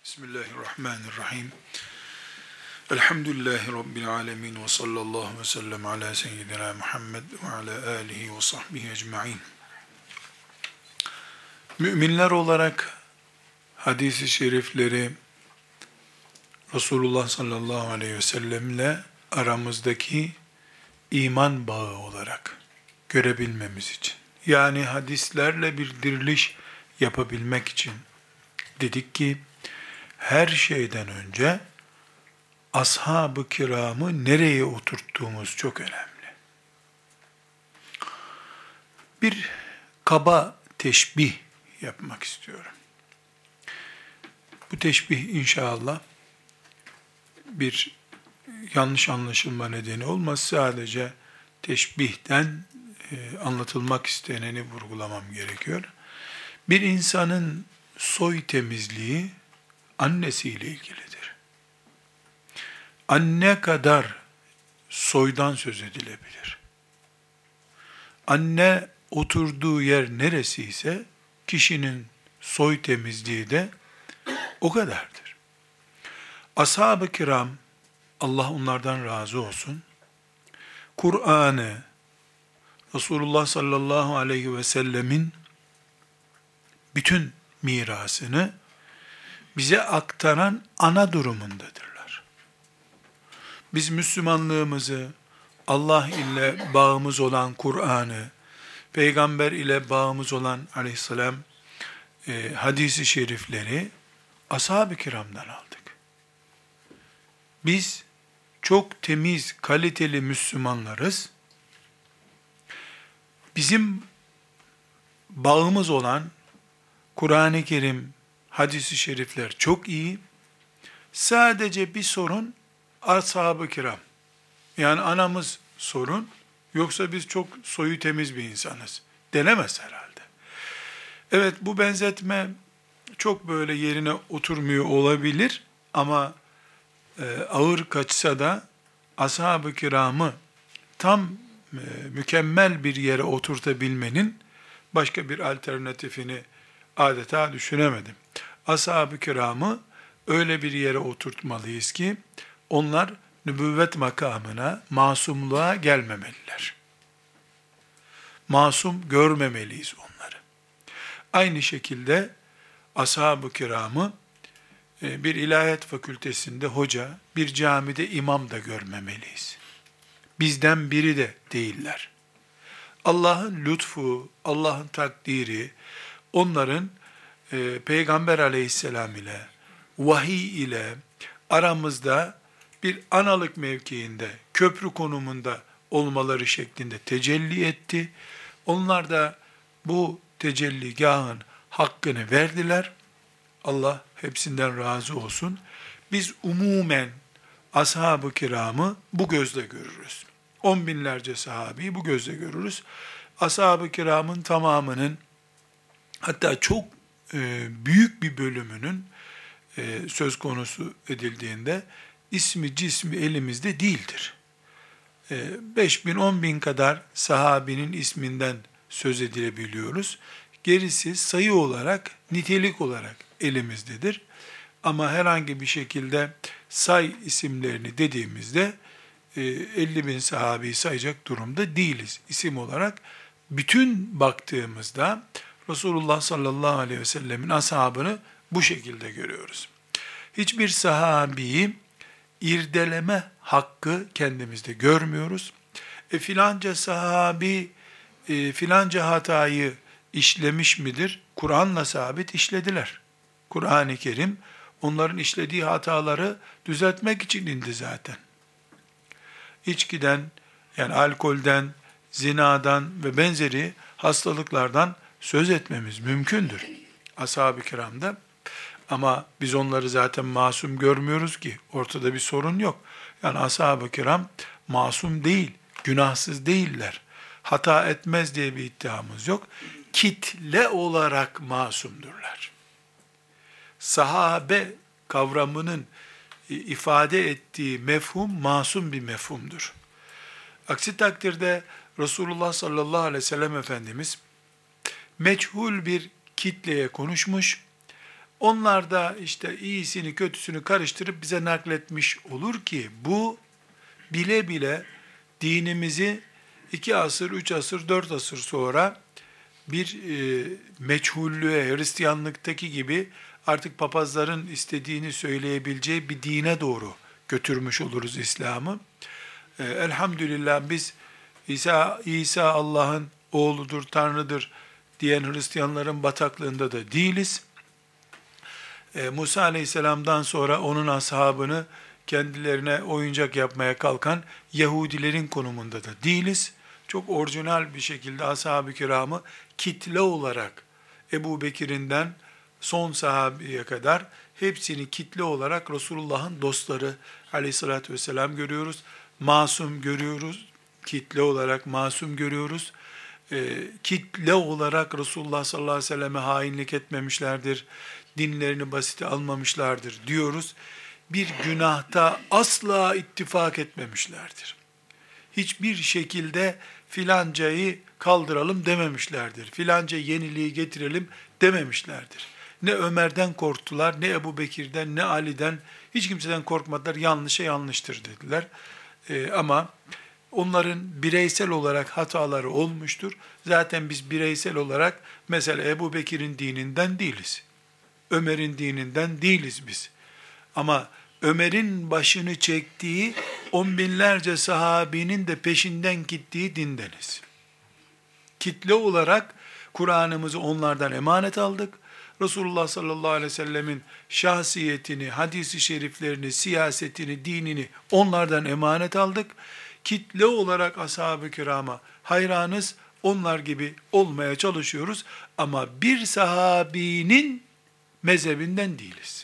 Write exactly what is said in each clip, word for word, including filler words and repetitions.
Bismillahirrahmanirrahim. Elhamdülillahi Rabbil alemin ve sallallahu ve sellem ala seyyidina Muhammed ve ala alihi ve sahbihi ecma'in. Müminler olarak hadis-i şerifleri Resulullah sallallahu aleyhi ve sellemle aramızdaki iman bağı olarak görebilmemiz için, yani hadislerle bir diriliş yapabilmek için dedik ki, her şeyden önce ashab-ı kiramı nereye oturttuğumuz çok önemli. Bir kaba teşbih yapmak istiyorum. Bu teşbih inşallah bir yanlış anlaşılma nedeni olmaz. Sadece teşbihten e, anlatılmak isteneni vurgulamam gerekiyor. Bir insanın soy temizliği annesiyle ilgilidir. Anne kadar soydan söz edilebilir. Anne oturduğu yer neresi ise kişinin soy temizliği de o kadardır. Ashab-ı kiram, Allah onlardan razı olsun, Kur'an'ı, Resulullah sallallahu aleyhi ve sellemin bütün mirasını bize aktaran ana durumundadırlar. Biz Müslümanlığımızı, Allah ile bağımız olan Kur'an'ı, Peygamber ile bağımız olan aleyhisselam e, hadis-i şerifleri ashab-ı kiramdan aldık. Biz çok temiz, kaliteli Müslümanlarız. Bizim bağımız olan Kur'an-ı Kerim, hadis-i şerifler çok iyi. Sadece bir sorun ashab-ı kiram. Yani anamız sorun, yoksa biz çok soyu temiz bir insanız denemez herhalde. Evet, bu benzetme çok böyle yerine oturmuyor olabilir ama e, ağır kaçsa da ashab-ı kiramı tam e, mükemmel bir yere oturtabilmenin başka bir alternatifini adeta düşünemedim. Ashab-ı kiramı öyle bir yere oturtmalıyız ki, onlar nübüvvet makamına, masumluğa gelmemeliler. Masum görmemeliyiz onları. Aynı şekilde ashab-ı kiramı bir ilahiyat fakültesinde hoca, bir camide imam da görmemeliyiz. Bizden biri de değiller. Allah'ın lütfu, Allah'ın takdiri, onların e, Peygamber aleyhisselam ile, vahiy ile aramızda bir analık mevkiinde, köprü konumunda olmaları şeklinde tecelli etti. Onlar da bu tecelligahın hakkını verdiler. Allah hepsinden razı olsun. Biz umumen ashab-ı kiramı bu gözle görürüz. On binlerce sahabeyi bu gözle görürüz. Ashab-ı kiramın tamamının, hatta çok e, büyük bir bölümünün e, söz konusu edildiğinde ismi cismi elimizde değildir. E, beş bin, on bin kadar sahabinin isminden söz edilebiliyoruz. Gerisi sayı olarak, nitelik olarak elimizdedir. Ama herhangi bir şekilde say isimlerini dediğimizde e, elli bin sahabeyi sayacak durumda değiliz isim olarak. Bütün baktığımızda Resulullah sallallahu aleyhi ve sellemin ashabını bu şekilde görüyoruz. Hiçbir sahabiyi irdeleme hakkı kendimizde görmüyoruz. E filanca sahabi e, filanca hatayı işlemiş midir? Kur'an'la sabit işlediler. Kur'an-ı Kerim onların işlediği hataları düzeltmek için indi zaten. İçkiden, yani alkolden, zinadan ve benzeri hastalıklardan söz etmemiz mümkündür ashab-ı kiramda. Ama biz onları zaten masum görmüyoruz ki, ortada bir sorun yok. Yani ashab-ı kiram masum değil, günahsız değiller. Hata etmez diye bir iddiamız yok. Kitle olarak masumdurlar. Sahabe kavramının ifade ettiği mefhum masum bir mefhumdur. Aksi takdirde Resulullah sallallahu aleyhi ve sellem Efendimiz meçhul bir kitleye konuşmuş, Onlar da işte iyisini kötüsünü karıştırıp bize nakletmiş olur ki bu bile bile dinimizi iki asır, üç asır, dört asır sonra bir e, meçhullüğe, Hristiyanlıktaki gibi artık papazların istediğini söyleyebileceği bir dine doğru götürmüş oluruz İslam'ı. E, elhamdülillah biz İsa, İsa Allah'ın oğludur, Tanrı'dır diyen Hristiyanların bataklığında da değiliz. E, Musa Aleyhisselam'dan sonra onun ashabını kendilerine oyuncak yapmaya kalkan Yahudilerin konumunda da değiliz. Çok orijinal bir şekilde ashab-ı kiramı kitle olarak Ebu Bekir'inden son sahabeye kadar hepsini kitle olarak Resulullah'ın dostları aleyhissalatü vesselam görüyoruz. Masum görüyoruz. Kitle olarak masum görüyoruz. E, kitle olarak Resulullah sallallahu aleyhi ve selleme hainlik etmemişlerdir. Dinlerini basite almamışlardır diyoruz. Bir günahta asla ittifak etmemişlerdir. Hiçbir şekilde filancayı kaldıralım dememişlerdir. Filanca yeniliği getirelim dememişlerdir. Ne Ömer'den korktular, ne Ebu Bekir'den, ne Ali'den, hiç kimseden korkmadılar. Yanlışa yanlıştır dediler. Ee, ama onların bireysel olarak hataları olmuştur. Zaten biz bireysel olarak mesela Ebu Bekir'in dininden değiliz. Ömer'in dininden değiliz biz. Ama Ömer'in başını çektiği on binlerce sahabinin de peşinden gittiği dindeniz. Kitle olarak Kur'an'ımızı onlardan emanet aldık. Resulullah sallallahu aleyhi ve sellemin şahsiyetini, hadisi şeriflerini, siyasetini, dinini onlardan emanet aldık. Kitle olarak ashab-ı kirama hayranız, onlar gibi olmaya çalışıyoruz ama bir sahabinin mezhebinden değiliz.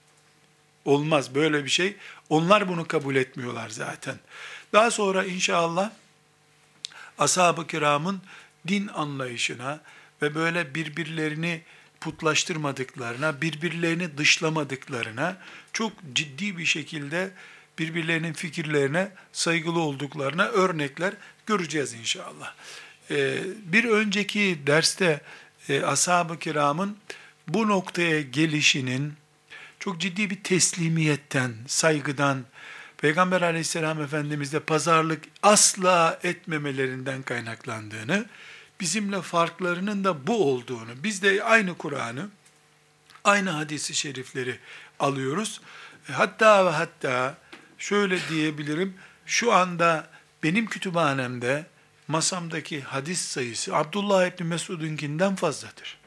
Olmaz böyle bir şey. Onlar bunu kabul etmiyorlar zaten. Daha sonra inşallah ashab-ı kiramın din anlayışına ve böyle birbirlerini putlaştırmadıklarına, birbirlerini dışlamadıklarına, çok ciddi bir şekilde birbirlerinin fikirlerine saygılı olduklarına örnekler göreceğiz inşallah. Ee, bir önceki derste e, ashab-ı kiramın bu noktaya gelişinin çok ciddi bir teslimiyetten, saygıdan, Peygamber aleyhisselam Efendimiz'de pazarlık asla etmemelerinden kaynaklandığını, bizimle farklarının da bu olduğunu, biz de aynı Kur'an'ı, aynı hadisi şerifleri alıyoruz. Hatta ve hatta şöyle diyebilirim, şu anda benim kütüphanemde masamdaki hadis sayısı Abdullah İbni Mesud'unkinden fazladır.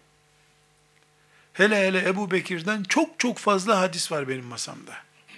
Hele hele Ebu Bekir'den çok çok fazla hadis var benim masamda.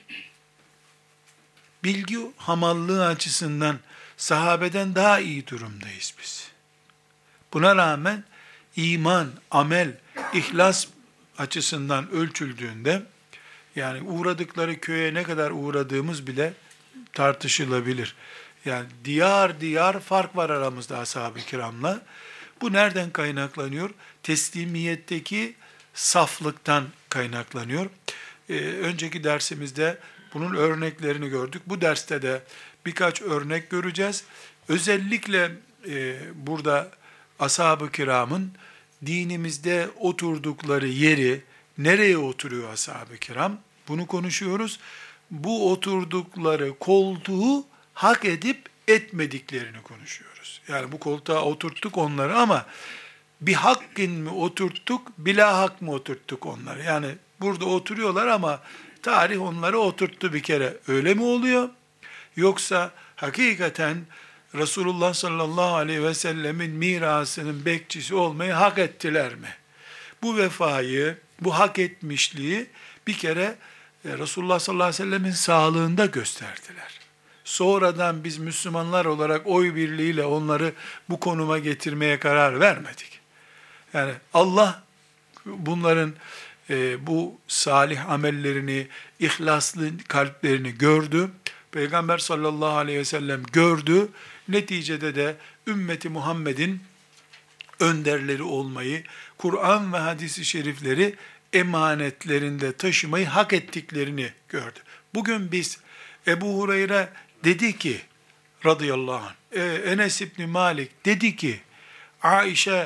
Bilgi hamallığı açısından sahabeden daha iyi durumdayız biz. Buna rağmen iman, amel, ihlas açısından ölçüldüğünde, yani uğradıkları köye ne kadar uğradığımız bile tartışılabilir. Yani diyar diyar fark var aramızda ashab-ı kiramla. Bu nereden kaynaklanıyor? Teslimiyetteki saflıktan kaynaklanıyor. Ee, önceki dersimizde bunun örneklerini gördük. Bu derste de birkaç örnek göreceğiz. Özellikle e, burada ashab-ı kiramın dinimizde oturdukları yeri, nereye oturuyor ashab-ı kiram? Bunu konuşuyoruz. Bu oturdukları koltuğu hak edip etmediklerini konuşuyoruz. Yani bu koltuğa oturttuk onları ama bir hakkın mı oturttuk, bila hak mı oturttuk onları? Yani burada oturuyorlar ama tarih onları oturttu bir kere. Öyle mi oluyor? Yoksa hakikaten Resulullah sallallahu aleyhi ve sellemin mirasının bekçisi olmayı hak ettiler mi? Bu vefayı, bu hak etmişliği bir kere Resulullah sallallahu aleyhi ve sellemin sağlığında gösterdiler. Sonradan biz Müslümanlar olarak oy birliğiyle onları bu konuma getirmeye karar vermedik. Yani Allah bunların e, bu salih amellerini, ihlaslı kalplerini gördü. Peygamber sallallahu aleyhi ve sellem gördü. Neticede de ümmeti Muhammed'in önderleri olmayı, Kur'an ve hadis-i şerifleri emanetlerinde taşımayı hak ettiklerini gördü. Bugün biz Ebu Hureyre dedi ki radıyallahu anh, Enes İbni Malik dedi ki, Aişe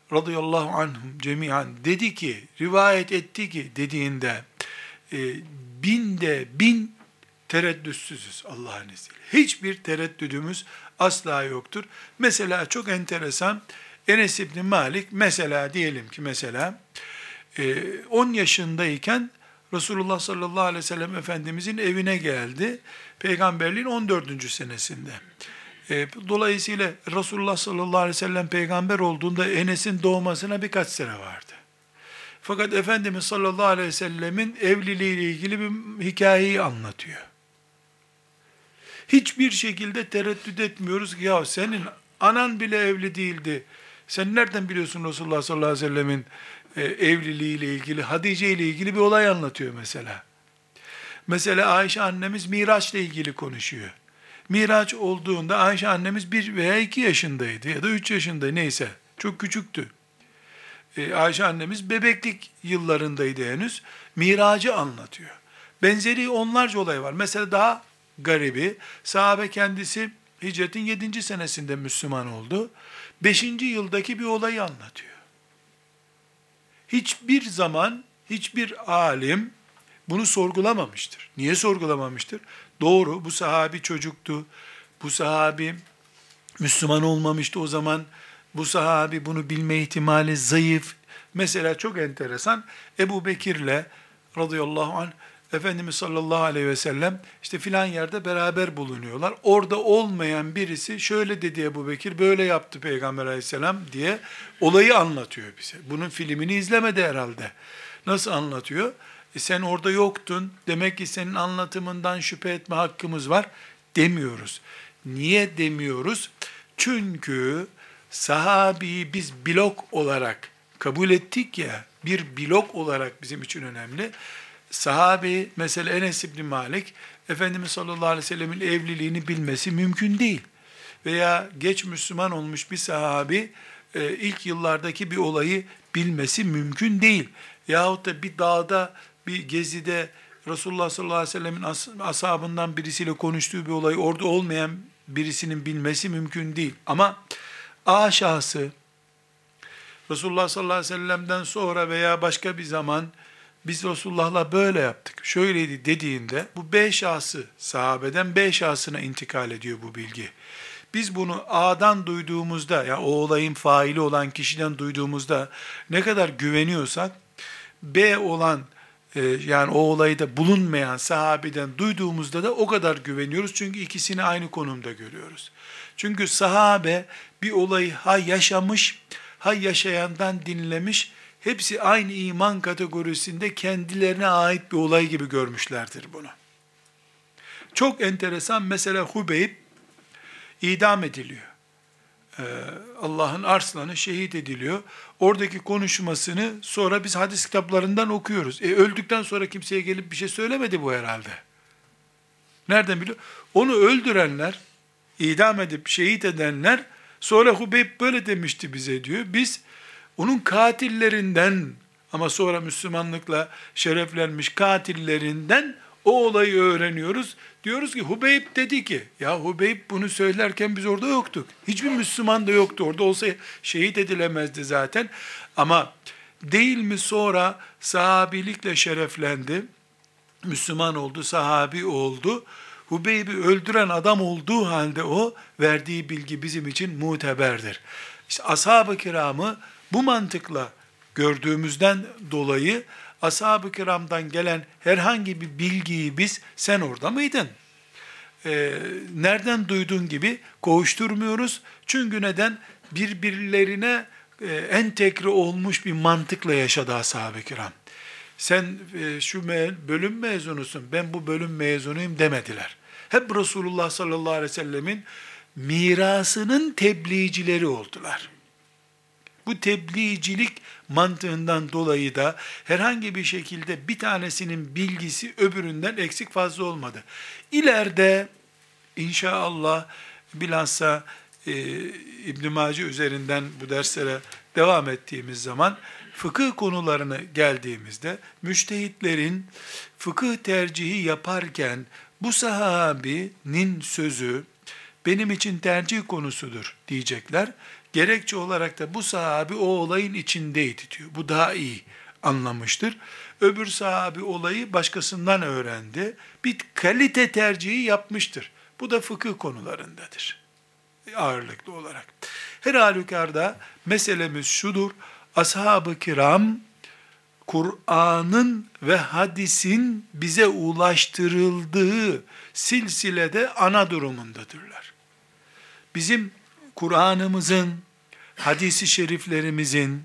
radıyallahu anhum cemiyan dedi ki, rivayet etti ki dediğinde e, binde bin tereddütsüzüz Allah'ın izniyle. Hiçbir tereddüdümüz asla yoktur. Mesela çok enteresan, Enes İbni Malik mesela diyelim ki mesela on yaşındayken Resulullah sallallahu aleyhi ve sellem Efendimizin evine geldi. Peygamberliğin on dördüncü senesinde. Dolayısıyla Resulullah sallallahu aleyhi ve sellem peygamber olduğunda Enes'in doğmasına birkaç sene vardı. Fakat Efendimiz sallallahu aleyhi ve sellemin evliliğiyle ilgili bir hikayeyi anlatıyor. Hiçbir şekilde tereddüt etmiyoruz ki ya senin anan bile evli değildi. Sen nereden biliyorsun Resulullah sallallahu aleyhi ve sellemin e, evliliğiyle ilgili, Hatice ile ilgili bir olay anlatıyor mesela. Mesela Ayşe annemiz Miraç'la ilgili konuşuyor. Miraç olduğunda Ayşe annemiz bir veya iki yaşındaydı ya da üç yaşında neyse. Çok küçüktü. Ee, Ayşe annemiz bebeklik yıllarındaydı henüz. Miracı anlatıyor. Benzeri onlarca olay var. Mesela daha garibi, sahabe kendisi hicretin yedinci senesinde Müslüman oldu. Beşinci yıldaki bir olayı anlatıyor. Hiçbir zaman hiçbir alim bunu sorgulamamıştır. Niye sorgulamamıştır? Doğru, bu sahabi çocuktu. Bu sahabi Müslüman olmamıştı o zaman. Bu sahabi bunu bilme ihtimali zayıf. Mesela çok enteresan, Ebu Bekir'le radıyallahu anh Efendimiz sallallahu aleyhi ve sellem işte filan yerde beraber bulunuyorlar. Orada olmayan birisi şöyle dedi Ebu Bekir, böyle yaptı Peygamber aleyhisselam diye olayı anlatıyor bize. Bunun filmini izlemedi herhalde. Nasıl anlatıyor? E sen orada yoktun, demek ki senin anlatımından şüphe etme hakkımız var demiyoruz. Niye demiyoruz? Çünkü sahabeyi biz blok olarak kabul ettik ya, bir blok olarak bizim için önemli. Sahabe, mesela Enes İbni Malik, Efendimiz sallallahu aleyhi ve sellemin evliliğini bilmesi mümkün değil. Veya geç Müslüman olmuş bir sahabi, e, ilk yıllardaki bir olayı bilmesi mümkün değil. Yahut da bir dağda, bir gezide Resulullah sallallahu aleyhi ve sellemin as ashabından birisiyle konuştuğu bir olayı orada olmayan birisinin bilmesi mümkün değil. Ama A şahsı, Resulullah sallallahu aleyhi ve sellem'den sonra veya başka bir zaman, biz Resulullah'la böyle yaptık, şöyleydi dediğinde, bu B şahsı, sahabeden B şahsına intikal ediyor bu bilgi. Biz bunu A'dan duyduğumuzda, ya yani o olayın faili olan kişiden duyduğumuzda ne kadar güveniyorsak, B olan, e, yani o olayda bulunmayan sahabeden duyduğumuzda da o kadar güveniyoruz. Çünkü ikisini aynı konumda görüyoruz. Çünkü sahabe bir olayı ha yaşamış, ha yaşayandan dinlemiş, hepsi aynı iman kategorisinde kendilerine ait bir olay gibi görmüşlerdir bunu. Çok enteresan, mesela Hubeyb idam ediliyor. Ee, Allah'ın arslanı şehit ediliyor. Oradaki konuşmasını sonra biz hadis kitaplarından okuyoruz. E öldükten sonra kimseye gelip bir şey söylemedi bu herhalde. Nereden biliyor? Onu öldürenler, idam edip şehit edenler, sonra Hubeyb böyle demişti bize diyor. Biz onun katillerinden, ama sonra Müslümanlıkla şereflenmiş katillerinden o olayı öğreniyoruz. Diyoruz ki Hubeyb dedi ki, ya Hubeyb bunu söylerken biz orada yoktuk. Hiçbir Müslüman da yoktu. Orada olsa şehit edilemezdi zaten. Ama değil mi sonra sahabilikle şereflendi. Müslüman oldu, sahabi oldu. Hubeyb'i öldüren adam olduğu halde o verdiği bilgi bizim için muteberdir. İşte ashab-ı kiramı bu mantıkla gördüğümüzden dolayı ashab-ı kiramdan gelen herhangi bir bilgiyi biz sen orada mıydın? Ee, nereden duydun gibi koğuşturmuyoruz. Çünkü neden? Birbirlerine e, entegre olmuş bir mantıkla yaşadı ashab-ı kiram. Sen e, şu me- bölüm mezunusun, ben bu bölüm mezunuyum demediler. Hep Resulullah sallallahu aleyhi ve sellemin mirasının tebliğcileri oldular. Bu tebliğcilik mantığından dolayı da herhangi bir şekilde bir tanesinin bilgisi öbüründen eksik fazla olmadı. İleride inşallah bilhassa e, İbn-i Mace üzerinden bu derslere devam ettiğimiz zaman fıkıh konularına geldiğimizde müştehitlerin fıkıh tercihi yaparken bu sahabinin sözü benim için tercih konusudur diyecekler. Gerekçe olarak da bu sahabi o olayın içindeydi diyor. Bu daha iyi anlamıştır. Öbür sahabi olayı başkasından öğrendi. Bir kalite tercihi yapmıştır. Bu da fıkıh konularındadır ağırlıklı olarak. Her halükarda meselemiz şudur. Ashab-ı kiram Kur'an'ın ve hadisin bize ulaştırıldığı silsilede ana durumundadırlar. Bizim Kur'an'ımızın, hadisi şeriflerimizin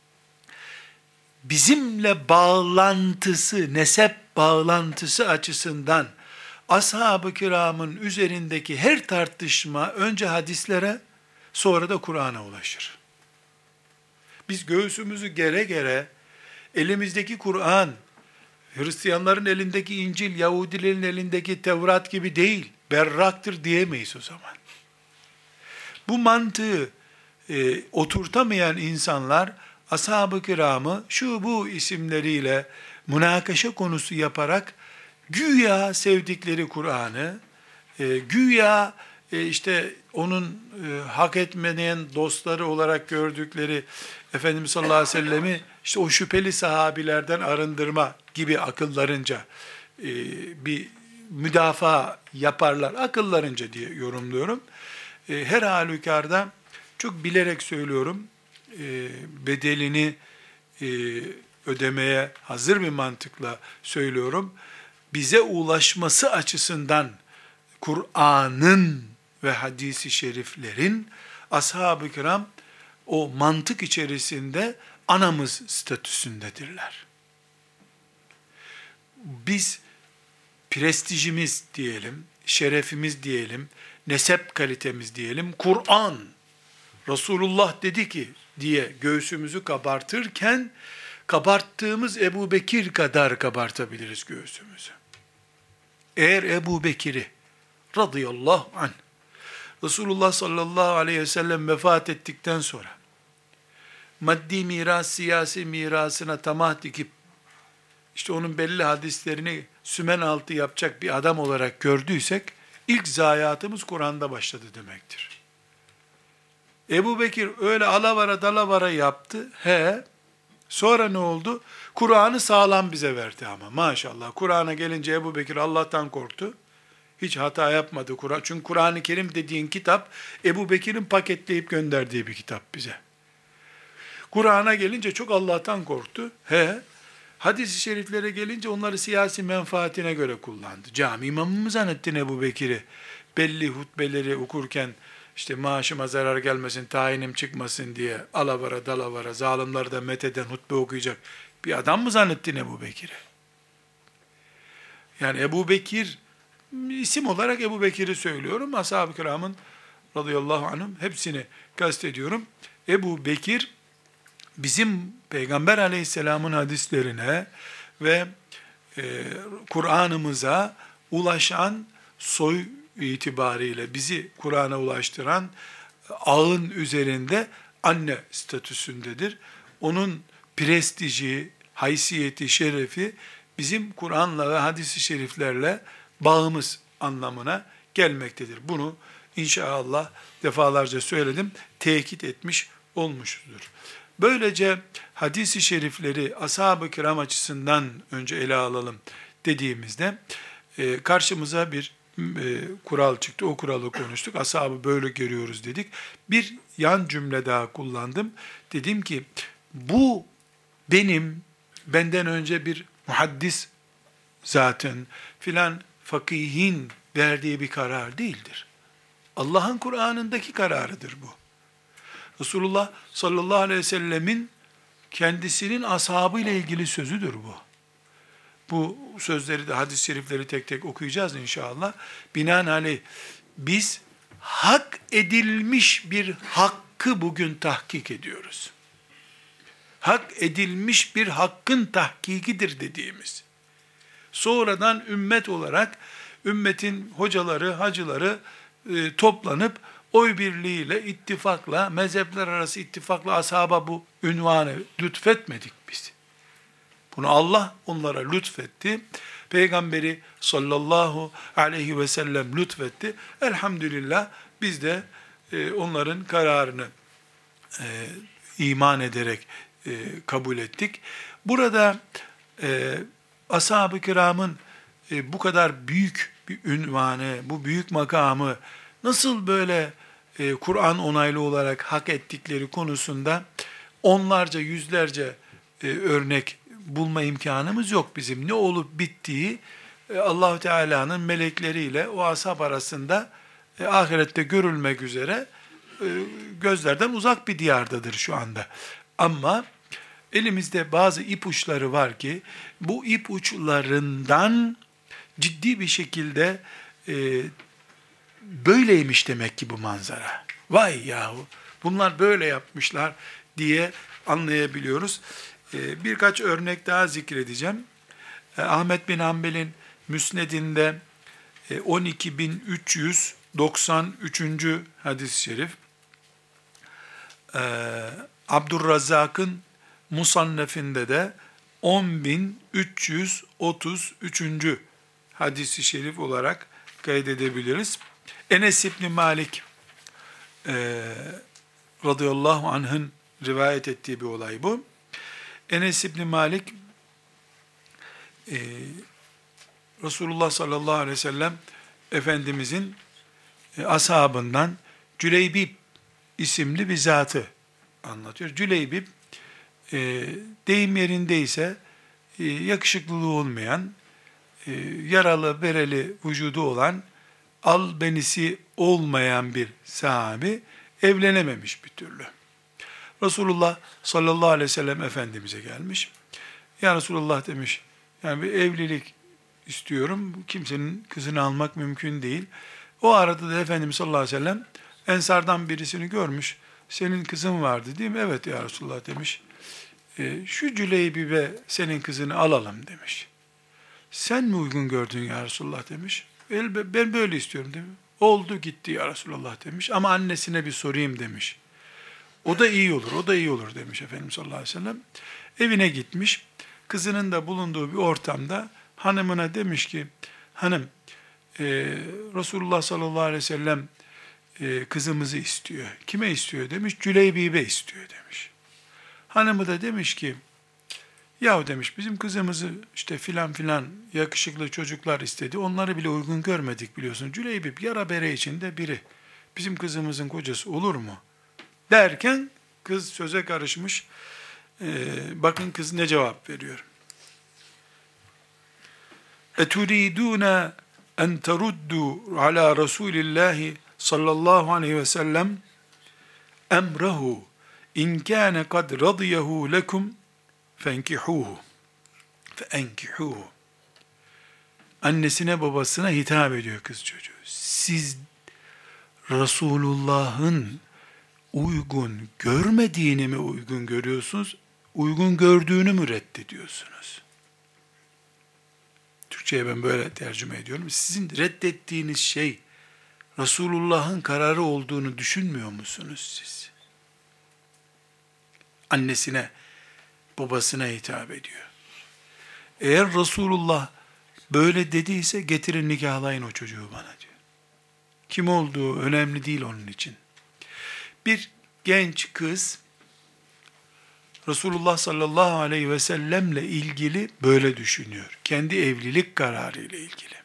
bizimle bağlantısı, nesep bağlantısı açısından ashab-ı kiramın üzerindeki her tartışma önce hadislere, sonra da Kur'an'a ulaşır. Biz göğsümüzü gere gere elimizdeki Kur'an, Hristiyanların elindeki İncil, Yahudilerin elindeki Tevrat gibi değil, berraktır diyemeyiz o zaman. Bu mantığı e, oturtamayan insanlar, ashab-ı kiramı şu bu isimleriyle münakaşa konusu yaparak, güya sevdikleri Kur'an'ı, e, güya e, işte onun e, hak etmeyen dostları olarak gördükleri Efendimiz sallallahu aleyhi ve sellemi işte o şüpheli sahabilerden arındırma gibi akıllarınca e, bir müdafaa yaparlar. Akıllarınca diye yorumluyorum. E, her halükarda çok bilerek söylüyorum, e, bedelini e, ödemeye hazır bir mantıkla söylüyorum. Bize ulaşması açısından Kur'an'ın ve hadisi şeriflerin ashab-ı kiram o mantık içerisinde anamız statüsündedirler. Biz prestijimiz diyelim, şerefimiz diyelim, nesep kalitemiz diyelim, Kur'an, Resulullah dedi ki diye göğsümüzü kabartırken, kabarttığımız Ebu Bekir kadar kabartabiliriz göğsümüzü. Eğer Ebu Bekir'i radıyallahu anh, Resulullah sallallahu aleyhi ve sellem vefat ettikten sonra, maddi miras, siyasi mirasına tamah dikip, işte onun belli hadislerini sümen altı yapacak bir adam olarak gördüysek, ilk zayiatımız Kur'an'da başladı demektir. Ebu Bekir öyle alavara dalavara yaptı. He, sonra ne oldu? Kur'an'ı sağlam bize verdi ama maşallah. Kur'an'a gelince Ebu Bekir Allah'tan korktu. Hiç hata yapmadı Kur'an. Çünkü Kur'an-ı Kerim dediğin kitap Ebu Bekir'in paketleyip gönderdiği bir kitap bize. Kur'an'a gelince çok Allah'tan korktu. He, hadis-i şeriflere gelince onları siyasi menfaatine göre kullandı. Cami imamı mı zannettin Ebu Bekir'i? Belli hutbeleri okurken işte maaşıma zarar gelmesin, tayinim çıkmasın diye alavara dalavara zalimleri de metheden hutbe okuyacak bir adam mı zannettin Ebu Bekir'i? Yani Ebu Bekir, isim olarak Ebu Bekir'i söylüyorum. Ashab-ı kiramın radıyallahu anhum hepsini kastediyorum. Ebu Bekir bizim Peygamber aleyhisselamın hadislerine ve e, Kur'an'ımıza ulaşan soy itibariyle bizi Kur'an'a ulaştıran ağın üzerinde anne statüsündedir. Onun prestiji, haysiyeti, şerefi bizim Kur'an'la ve hadis-i şeriflerle bağımız anlamına gelmektedir. Bunu inşallah defalarca söyledim, tekit etmiş olmuştur. Böylece hadis-i şerifleri ashab-ı kiram açısından önce ele alalım dediğimizde e, karşımıza bir e, kural çıktı. O kuralı konuştuk. Ashabı böyle görüyoruz dedik. Bir yan cümle daha kullandım. Dedim ki bu benim benden önce bir muhaddis zaten filan fakihin verdiği bir karar değildir. Allah'ın Kur'an'ındaki kararıdır bu. Resulullah sallallahu aleyhi ve sellemin kendisinin ashabı ile ilgili sözüdür bu. Bu sözleri de hadis-i şerifleri tek tek okuyacağız inşallah. Binaenaleyh biz hak edilmiş bir hakkı bugün tahkik ediyoruz. Hak edilmiş bir hakkın tahkikidir dediğimiz. Sonradan ümmet olarak ümmetin hocaları, hacıları e, toplanıp oy birliğiyle, ittifakla, mezhepler arası ittifakla ashaba bu ünvanı lütfetmedik biz. Bunu Allah onlara lütfetti. Peygamberi sallallahu aleyhi ve sellem lütfetti. Elhamdülillah biz de e, onların kararını e, iman ederek e, kabul ettik. Burada e, ashab-ı kiramın e, bu kadar büyük bir ünvanı, bu büyük makamı nasıl böyle e, Kur'an onaylı olarak hak ettikleri konusunda onlarca, yüzlerce e, örnek bulma imkanımız yok bizim. Ne olup bittiği e, Allah Teala'nın melekleriyle o ashab arasında e, ahirette görülmek üzere e, gözlerden uzak bir diyardadır şu anda. Ama elimizde bazı ipuçları var ki bu ipuçlarından ciddi bir şekilde e, böyleymiş demek ki bu manzara. Vay yahu bunlar böyle yapmışlar diye anlayabiliyoruz. E, birkaç örnek daha zikredeceğim. E, Ahmet bin Hanbel'in Müsned'inde e, on iki bin üç yüz doksan üçüncü hadis-i şerif, e, Abdurrazzak'ın Musannef'inde de on bin üç yüz otuz üçüncü hadis-i şerif olarak kaydedebiliriz. Enes İbni Malik e, radıyallahu anh'ın rivayet ettiği bir olay bu. Enes İbni Malik e, Resulullah sallallahu aleyhi ve sellem Efendimizin e, ashabından Cüleybib isimli bir zatı anlatıyor. Cüleybib e, deyim yerindeyse e, yakışıklılığı olmayan, e, yaralı bereli vücudu olan, albenisi olmayan bir sahabi, evlenememiş bir türlü. Resulullah sallallahu aleyhi ve sellem Efendimiz'e gelmiş. Ya Resulullah demiş, yani bir evlilik istiyorum, kimsenin kızını almak mümkün değil. O arada da Efendimiz sallallahu aleyhi ve sellem Ensardan birisini görmüş. Senin kızın vardı değil mi? Evet ya Resulullah demiş. E, şu Cüleybib'e senin kızını alalım demiş. Sen mi uygun gördün ya Resulullah demiş. Ben böyle istiyorum demiş. Oldu gitti ya Resulullah demiş. Ama annesine bir sorayım demiş. O da iyi olur, o da iyi olur demiş Efendimiz sallallahu aleyhi ve sellem. Evine gitmiş. Kızının da bulunduğu bir ortamda hanımına demiş ki, hanım e, Resulullah sallallahu aleyhi ve sellem e, kızımızı istiyor. Kime istiyor demiş. Cüleybibe istiyor demiş. Hanımı da demiş ki, yahu demiş bizim kızımızı işte filan filan yakışıklı çocuklar istedi. Onları bile uygun görmedik biliyorsun. Cüleybib yara bere içinde biri. Bizim kızımızın kocası olur mu? Derken kız söze karışmış. Ee, bakın kız ne cevap veriyor. اَتُرِيدُونَ اَنْ تَرُدُّوا عَلَى رَسُولِ اللّٰهِ sallallahu aleyhi ve sellem emrehu in kâne kad radiyehu lekum fenkihuhu fenkihuhu. Annesine babasına hitap ediyor kız çocuğu. Siz Resulullah'ın uygun görmediğini mi uygun görüyorsunuz? Uygun gördüğünü mü reddediyorsunuz? Türkçe'ye ben böyle tercüme ediyorum. Sizin reddettiğiniz şey Resulullah'ın kararı olduğunu düşünmüyor musunuz siz? Annesine, babasına hitap ediyor. Eğer Resulullah böyle dediyse getirin nikahlayın o çocuğu bana diyor. Kim olduğu önemli değil onun için. Bir genç kız Resulullah sallallahu aleyhi ve sellemle ilgili böyle düşünüyor. Kendi evlilik kararı ile ilgili.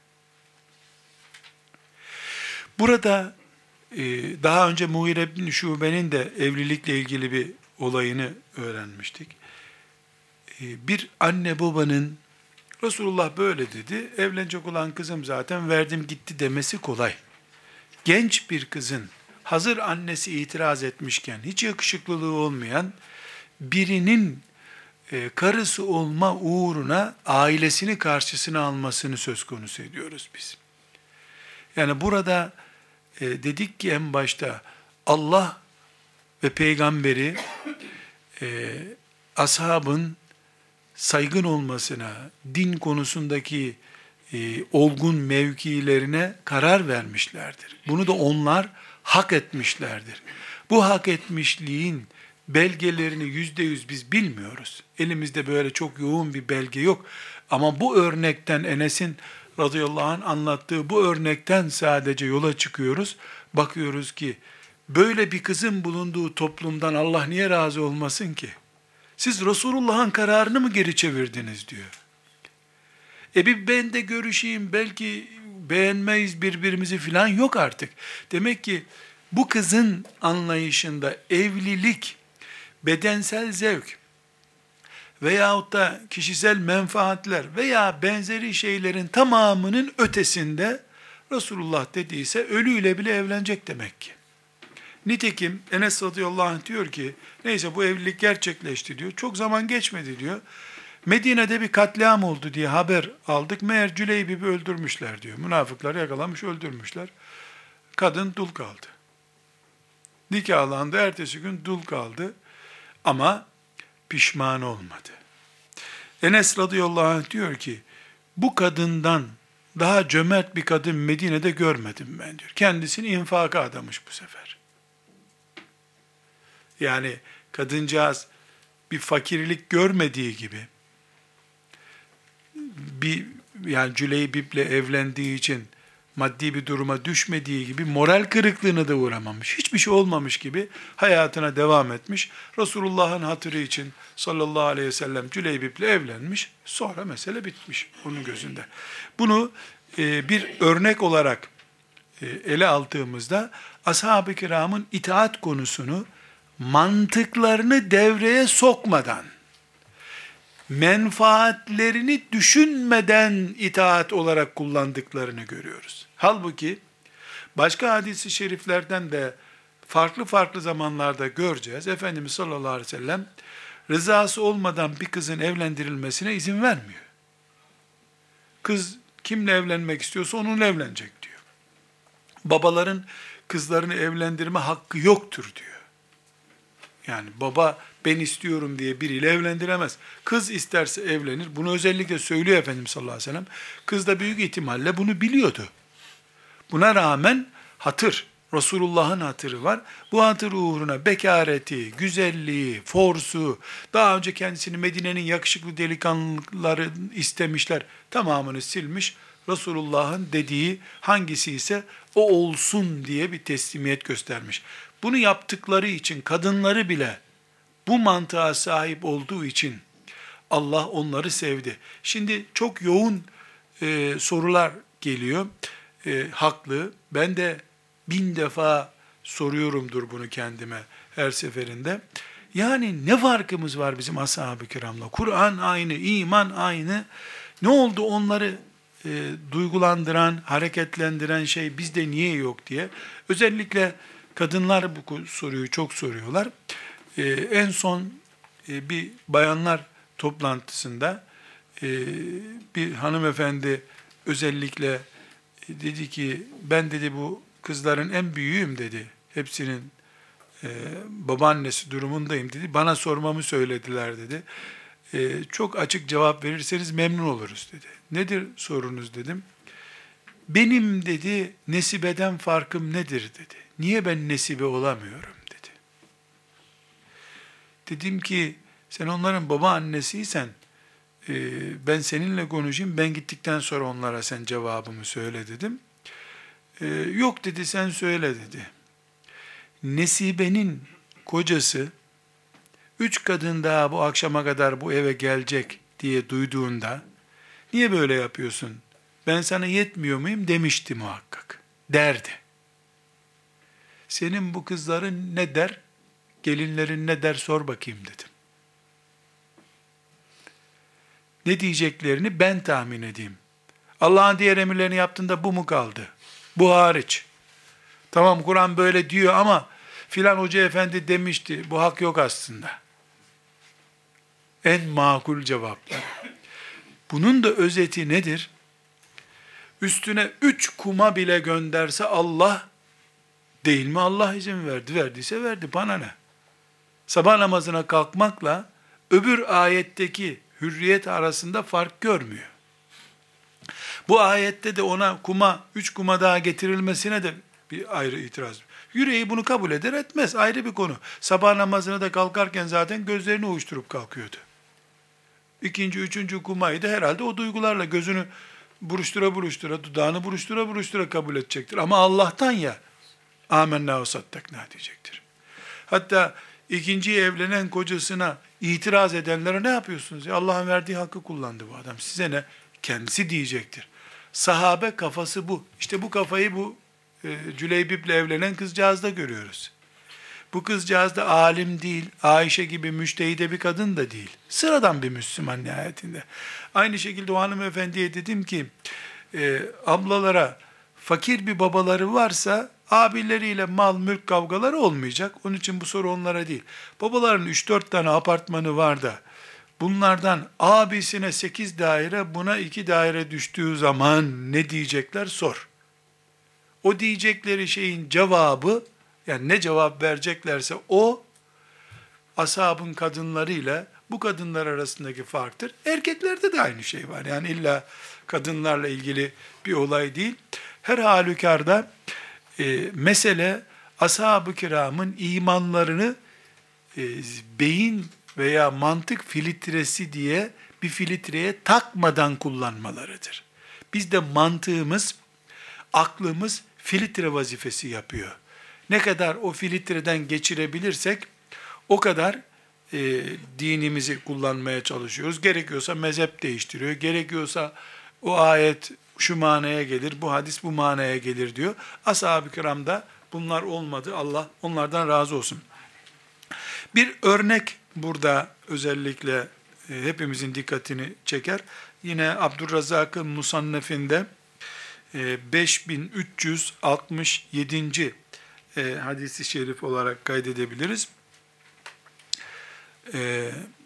Burada e, daha önce Mughire bin Şube'nin de evlilikle ilgili bir olayını öğrenmiştik. E, bir anne babanın Resulullah böyle dedi, evlenecek olan kızım zaten verdim gitti demesi kolay. Genç bir kızın hazır annesi itiraz etmişken hiç yakışıklılığı olmayan birinin e, karısı olma uğruna ailesini karşısına almasını söz konusu ediyoruz biz. Yani burada e, dedik ki en başta Allah ve peygamberi e, ashabın saygın olmasına, din konusundaki e, olgun mevkilerine karar vermişlerdir. Bunu da onlar hak etmişlerdir. Bu hak etmişliğin belgelerini yüzde yüz biz bilmiyoruz. Elimizde böyle çok yoğun bir belge yok. Ama bu örnekten Enes'in radıyallahu anh anlattığı bu örnekten sadece yola çıkıyoruz. Bakıyoruz ki Böyle bir kızın bulunduğu toplumdan Allah niye razı olmasın ki? Siz Resulullah'ın kararını mı geri çevirdiniz diyor. E bir ben de görüşeyim, belki beğenmeyiz birbirimizi filan yok artık. Demek ki bu kızın anlayışında evlilik, bedensel zevk veyahut da kişisel menfaatler veya benzeri şeylerin tamamının ötesinde Resulullah dediyse ölüyle bile evlenecek demek ki. Nitekim Enes radıyallahu anh diyor ki, neyse bu evlilik gerçekleşti diyor. Çok zaman geçmedi diyor. Medine'de bir katliam oldu diye haber aldık. Meğer Cüleybib'i öldürmüşler diyor. Münafıklar yakalamış öldürmüşler. Kadın dul kaldı. Nikahlandı, ertesi gün dul kaldı. Ama pişman olmadı. Enes radıyallahu anh diyor ki, bu kadından daha cömert bir kadın Medine'de görmedim ben diyor. Kendisini infaka adamış bu sefer. Yani kadıncağız bir fakirlik görmediği gibi, bir yani Cüleybib'le evlendiği için maddi bir duruma düşmediği gibi moral kırıklığına da uğramamış. Hiçbir şey olmamış gibi hayatına devam etmiş. Resulullah'ın hatırı için sallallahu aleyhi ve sellem Cüleybib'le evlenmiş. Sonra mesele bitmiş onun gözünde. Bunu e, bir örnek olarak e, ele aldığımızda ashab-ı kiramın itaat konusunu mantıklarını devreye sokmadan, menfaatlerini düşünmeden itaat olarak kullandıklarını görüyoruz. Halbuki başka hadis-i şeriflerden de farklı farklı zamanlarda göreceğiz. Efendimiz sallallahu aleyhi ve sellem rızası olmadan bir kızın evlendirilmesine izin vermiyor. Kız kimle evlenmek istiyorsa onunla evlenecek diyor. Babaların kızlarını evlendirme hakkı yoktur diyor. Yani baba ben istiyorum diye biriyle evlendiremez. Kız isterse evlenir. Bunu özellikle söylüyor Efendimiz sallallahu aleyhi ve sellem. Kız da büyük ihtimalle bunu biliyordu. Buna rağmen hatır, Resulullah'ın hatırı var. Bu hatır uğruna bekareti, güzelliği, forsu, daha önce kendisini Medine'nin yakışıklı delikanlıları istemişler. Tamamını silmiş. Resulullah'ın dediği hangisi ise o olsun diye bir teslimiyet göstermiş. Bunu yaptıkları için kadınları bile bu mantığa sahip olduğu için Allah onları sevdi. Şimdi çok yoğun e, sorular geliyor. E, haklı. Ben de bin defa soruyorumdur bunu kendime her seferinde. Yani ne farkımız var bizim ashab-ı kiramla? Kur'an aynı, iman aynı. Ne oldu onları e, duygulandıran, hareketlendiren şey bizde niye yok diye. Özellikle kadınlar bu soruyu çok soruyorlar. Ee, en son e, bir bayanlar toplantısında e, bir hanımefendi özellikle e, dedi ki, ben dedi bu kızların en büyüğüm dedi. Hepsinin e, babaannesi durumundayım dedi. Bana sormamı söylediler dedi. E, çok açık cevap verirseniz memnun oluruz dedi. Nedir sorunuz dedim. Benim dedi nesibeden farkım nedir dedi. Niye ben nesibe olamıyorum dedi. Dedim ki sen onların baba annesiysen e, ben seninle konuşayım, ben gittikten sonra onlara sen cevabımı söyle dedim. E, yok dedi, sen söyle dedi. Nesibenin kocası üç kadın daha bu akşama kadar bu eve gelecek diye duyduğunda niye böyle yapıyorsun? Ben sana yetmiyor muyum demişti muhakkak. Derdi. Senin bu kızların ne der? Gelinlerin ne der sor bakayım dedim. Ne diyeceklerini ben tahmin edeyim. Allah'ın diğer emirlerini yaptığında bu mu kaldı? Bu hariç. Tamam Kur'an böyle diyor ama filan hoca efendi demişti. Bu hak yok aslında. En makul cevaplar. Bunun da özeti nedir? Üstüne üç kuma bile gönderse Allah, değil mi Allah izin verdi? Verdiyse verdi, bana ne? Sabah namazına kalkmakla öbür ayetteki hürriyet arasında fark görmüyor. Bu ayette de ona kuma, üç kuma daha getirilmesine de bir ayrı itiraz. Yüreği bunu kabul eder etmez, ayrı bir konu. Sabah namazına da kalkarken zaten gözlerini uyuşturup kalkıyordu. İkinci, üçüncü kumayı da herhalde o duygularla gözünü buruştura buruştura, dudağını buruştura buruştura kabul edecektir. Ama Allah'tan ya, Âmennâ ve saddaknâ diyecektir. Hatta ikinci evlenen kocasına itiraz edenlere ne yapıyorsunuz? Ya Allah'ın verdiği hakkı kullandı bu adam. Size ne? Kendisi diyecektir. Sahabe kafası bu. İşte bu kafayı bu e, Cüleybip'le evlenen kızcağızda görüyoruz. Bu kızcağız da alim değil, Ayşe gibi müştehide bir kadın da değil. Sıradan bir Müslüman nihayetinde. Aynı şekilde o hanımefendiye dedim ki, e, ablalara fakir bir babaları varsa, abileriyle mal mülk kavgaları olmayacak. Onun için bu soru onlara değil. Babaların üç dört tane apartmanı var da, bunlardan abisine sekiz daire, buna iki daire düştüğü zaman ne diyecekler sor. O diyecekleri şeyin cevabı, yani ne cevap vereceklerse o, ashabın kadınlarıyla bu kadınlar arasındaki farktır. Erkeklerde de aynı şey var. Yani illa kadınlarla ilgili bir olay değil. Her halükarda e, mesele ashab-ı kiramın imanlarını e, beyin veya mantık filtresi diye bir filtreye takmadan kullanmalarıdır. Bizde mantığımız, aklımız filtre vazifesi yapıyor. Ne kadar o filtreden geçirebilirsek o kadar e, dinimizi kullanmaya çalışıyoruz. Gerekiyorsa mezhep değiştiriyor. Gerekiyorsa o ayet şu manaya gelir, bu hadis bu manaya gelir diyor. Ashab-ı kiramda bunlar olmadı. Allah onlardan razı olsun. Bir örnek burada özellikle e, hepimizin dikkatini çeker. Yine Abdurrazzak'ın Musannef'inde e, beş bin üç yüz altmış yedinci E, hadisi şerif olarak kaydedebiliriz. E,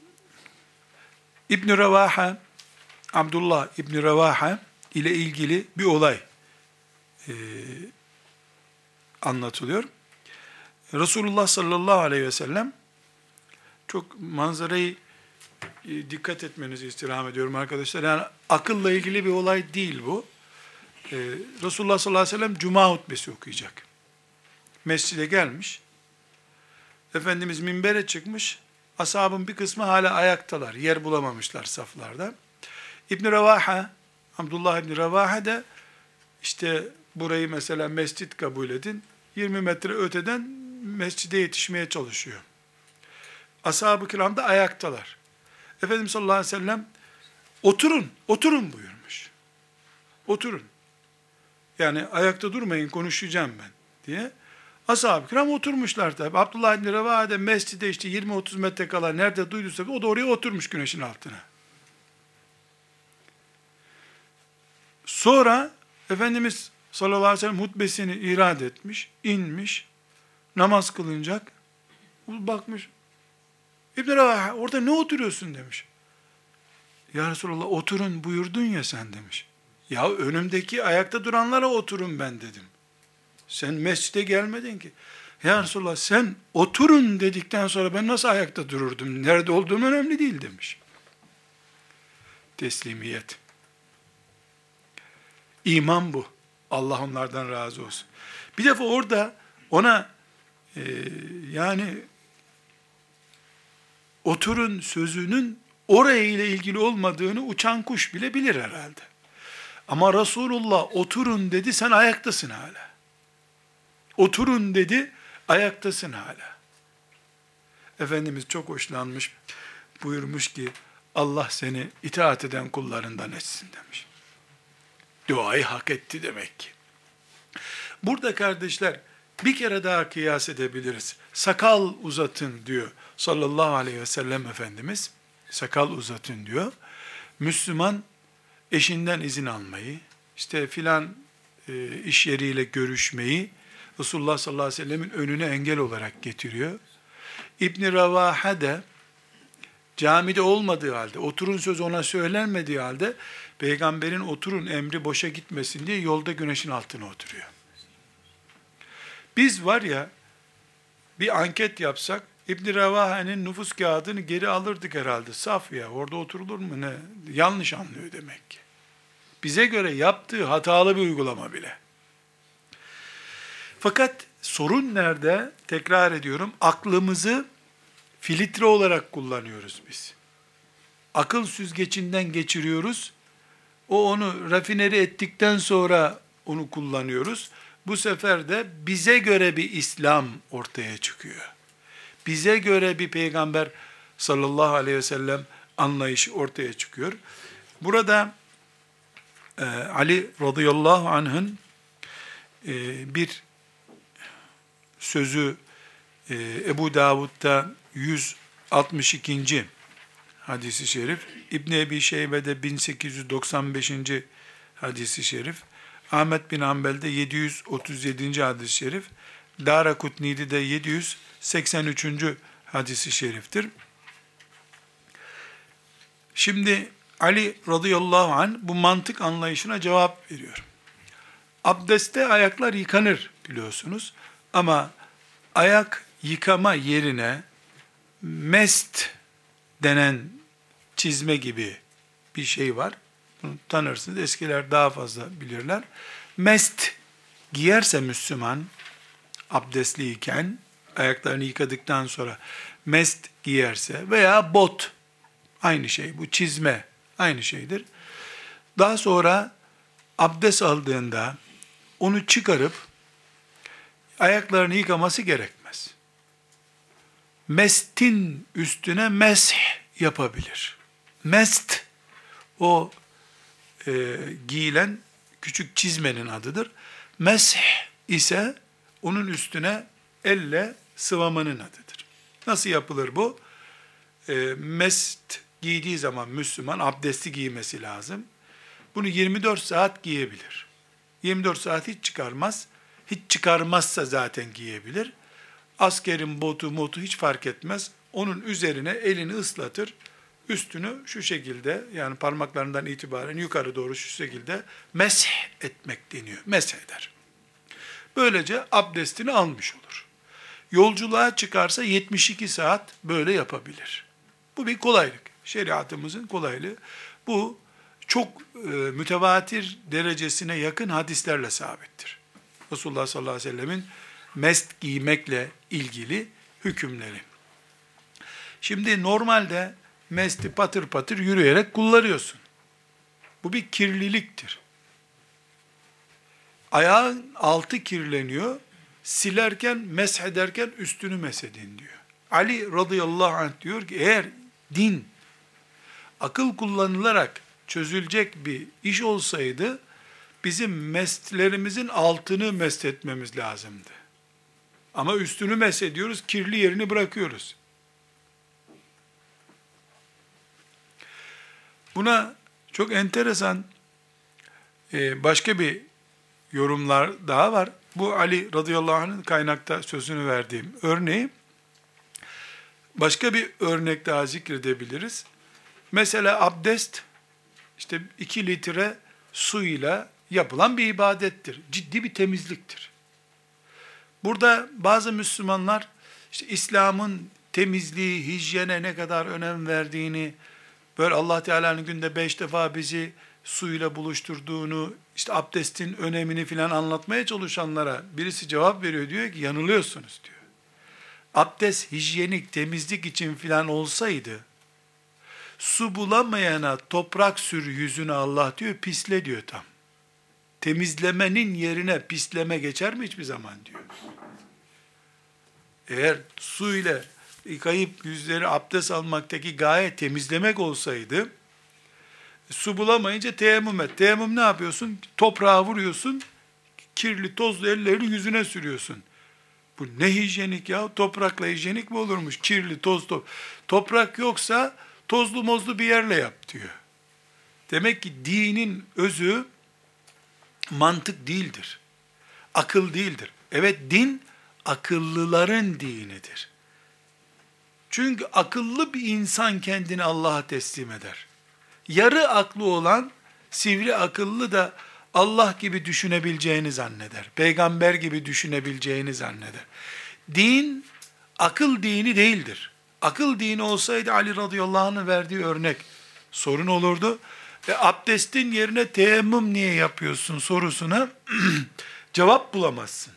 İbn-i Revaha, Abdullah İbn-i Revaha ile ilgili bir olay e, anlatılıyor. Resulullah sallallahu aleyhi ve sellem, çok manzarayı e, dikkat etmenizi istirham ediyorum arkadaşlar. Yani akılla ilgili bir olay değil bu. E, Resulullah sallallahu aleyhi ve sellem Cuma hutbesi okuyacak. Mescide gelmiş. Efendimiz minbere çıkmış. Ashabın bir kısmı hala ayaktalar. Yer bulamamışlar saflarda. İbn-i Revaha, Abdullah İbn-i Revaha da işte burayı mesela mescit kabul edin. yirmi metre öteden mescide yetişmeye çalışıyor. Ashab-ı kiram da ayaktalar. Efendimiz sallallahu aleyhi ve sellem oturun, oturun buyurmuş. Oturun. Yani ayakta durmayın, konuşacağım ben diye. Ashab-ı kiram oturmuşlar tabi. Abdullah İbni Revaha da mescide işte yirmi otuz metre kala nerede duyduysa o da oraya oturmuş güneşin altına. Sonra Efendimiz sallallahu aleyhi ve sellem hutbesini irad etmiş, inmiş, namaz kılınacak. Bakmış, İbn-i Revaha orada ne oturuyorsun demiş. Ya Resulallah oturun buyurdun ya sen demiş. Ya önümdeki ayakta duranlara oturun ben dedim. Sen mescide gelmedin ki. Ya Resulallah sen oturun dedikten sonra ben nasıl ayakta dururdum? Nerede olduğum önemli değil demiş. Teslimiyet. İman bu. Allah onlardan razı olsun. Bir defa orada ona e, yani oturun sözünün oraya ile ilgili olmadığını uçan kuş bile bilir herhalde. Ama Resulullah oturun dedi, sen ayaktasın hala. Oturun dedi, ayaktasın hala. Efendimiz çok hoşlanmış, buyurmuş ki, Allah seni itaat eden kullarından etsin demiş. Duayı hak etti demek ki. Burada kardeşler, bir kere daha kıyas edebiliriz. Sakal uzatın diyor sallallahu aleyhi ve sellem Efendimiz. Sakal uzatın diyor. Müslüman eşinden izin almayı, işte filan e, iş yeriyle görüşmeyi Resulullah sallallahu aleyhi ve sellemin önüne engel olarak getiriyor. İbn-i Revaha da camide olmadığı halde, oturun sözü ona söylenmediği halde, peygamberin oturun emri boşa gitmesin diye yolda güneşin altına oturuyor. Biz var ya, bir anket yapsak, İbn-i Revaha'nın nüfus kağıdını geri alırdık herhalde. Saf ya, orada oturulur mu ne? Yanlış anlıyor demek ki. Bize göre yaptığı hatalı bir uygulama bile. Fakat sorun nerede? Tekrar ediyorum, aklımızı filtre olarak kullanıyoruz biz. Akıl süzgecinden geçiriyoruz. O onu rafineri ettikten sonra onu kullanıyoruz. bu sefer de bize göre bir İslam ortaya çıkıyor. Bize göre bir peygamber sallallahu aleyhi ve sellem anlayışı ortaya çıkıyor. Burada e, Ali radıyallahu anh'ın e, bir sözü e, Ebu Davud'da yüz altmış ikinci hadisi şerif, İbn Ebi Şeybe'de bin sekiz yüz doksan beşinci hadisi şerif, Ahmet bin Hanbel'de yedi yüz otuz yedinci hadis-i şerif, Darakutni'de de yedi yüz seksen üçüncü hadisi şeriftir. Şimdi Ali radıyallahu anh bu mantık anlayışına cevap veriyor. Abdestte ayaklar yıkanır biliyorsunuz ama ayak yıkama yerine mest denen çizme gibi bir şey var. Bunu tanırsınız. Eskiler daha fazla bilirler. Mest giyerse Müslüman abdestliyken ayaklarını yıkadıktan sonra mest giyerse veya bot aynı şey. Bu çizme aynı şeydir. Daha sonra abdest aldığında onu çıkarıp ayaklarını yıkaması gerekmez. Mestin üstüne mesh yapabilir. Mest o e, giyilen küçük çizmenin adıdır. Mesh ise onun üstüne elle sıvamanın adıdır. Nasıl yapılır bu? E, mest giydiği zaman Müslüman abdesti giymesi lazım. Bunu yirmi dört saat giyebilir. yirmi dört saat hiç çıkarmaz. Hiç çıkarmazsa zaten giyebilir. Askerin botu motu hiç fark etmez. Onun üzerine elini ıslatır. Üstünü şu şekilde, yani parmaklarından itibaren yukarı doğru şu şekilde mesh etmek deniyor. Mesh eder. Böylece abdestini almış olur. Yolculuğa çıkarsa yetmiş iki saat böyle yapabilir. Bu bir kolaylık. Şeriatımızın kolaylığı. Bu çok e, mütevatir derecesine yakın hadislerle sabittir. Resulullah sallallahu aleyhi ve sellemin mest giymekle ilgili hükümleri. Şimdi normalde mesti patır patır yürüyerek kullanıyorsun. Bu bir kirliliktir. Ayağın altı kirleniyor, silerken, meshederken üstünü meshedin diyor. Ali radıyallahu anh diyor ki, eğer din akıl kullanılarak çözülecek bir iş olsaydı, bizim mestlerimizin altını meshetmemiz lazımdı. Ama üstünü meshediyoruz, kirli yerini bırakıyoruz. Buna çok enteresan başka bir yorumlar daha var. Bu Ali radıyallahu anh'ın kaynakta sözünü verdiğim örneği. Başka bir örnek daha zikredebiliriz. Mesela abdest, işte iki litre suyla yapılan bir ibadettir. Ciddi bir temizliktir. Burada bazı Müslümanlar, işte İslam'ın temizliği, hijyene ne kadar önem verdiğini, böyle Allah Teala'nın günde beş defa bizi suyla buluşturduğunu, işte abdestin önemini filan anlatmaya çalışanlara birisi cevap veriyor, diyor ki yanılıyorsunuz diyor. Abdest hijyenik, temizlik için filan olsaydı, su bulamayana toprak sür yüzüne Allah diyor, pisle diyor tam. Temizlemenin yerine pisleme geçer mi hiçbir zaman diyor. Eğer su ile yıkayıp yüzleri abdest almaktaki gaye temizlemek olsaydı, su bulamayınca teyemmüm et. Teyemmüm ne yapıyorsun? Toprağa vuruyorsun, kirli tozlu ellerini yüzüne sürüyorsun. Bu ne hijyenik ya? Toprakla hijyenik mi olurmuş? Kirli, toz, top. Toprak yoksa tozlu mozlu bir yerle yap diyor. Demek ki dinin özü mantık değildir. Akıl değildir. Evet, din akıllıların dinidir. Çünkü akıllı bir insan kendini Allah'a teslim eder. Yarı aklı olan sivri akıllı da Allah gibi düşünebileceğini zanneder. Peygamber gibi düşünebileceğini zanneder. Din akıl dini değildir. Akıl dini olsaydı Ali radıyallahu anh'ın verdiği örnek sorun olurdu. Ve abdestin yerine teyemmüm niye yapıyorsun sorusuna cevap bulamazsın.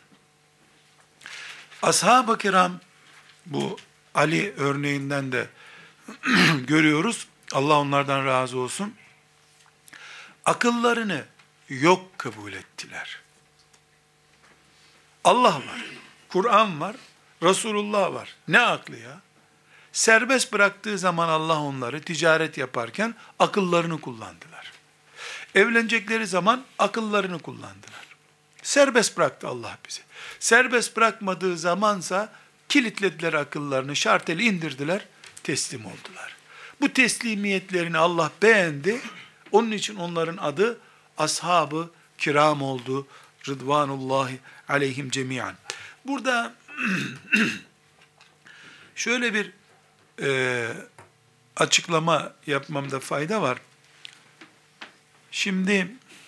Ashab-ı kiram, bu Ali örneğinden de görüyoruz. Allah onlardan razı olsun. Akıllarını yok kabul ettiler. Allah var, Kur'an var, Resulullah var. Ne aklı ya? Serbest bıraktığı zaman Allah onları ticaret yaparken akıllarını kullandılar. Evlenecekleri zaman akıllarını kullandılar. Serbest bıraktı Allah bizi. Serbest bırakmadığı zamansa kilitlediler akıllarını, şarteli indirdiler, teslim oldular. Bu teslimiyetlerini Allah beğendi. Onun için onların adı ashab-ı kiram oldu. Rıdvanullahi aleyhim cemiyan. Burada şöyle bir e, açıklama yapmamda fayda var. Şimdi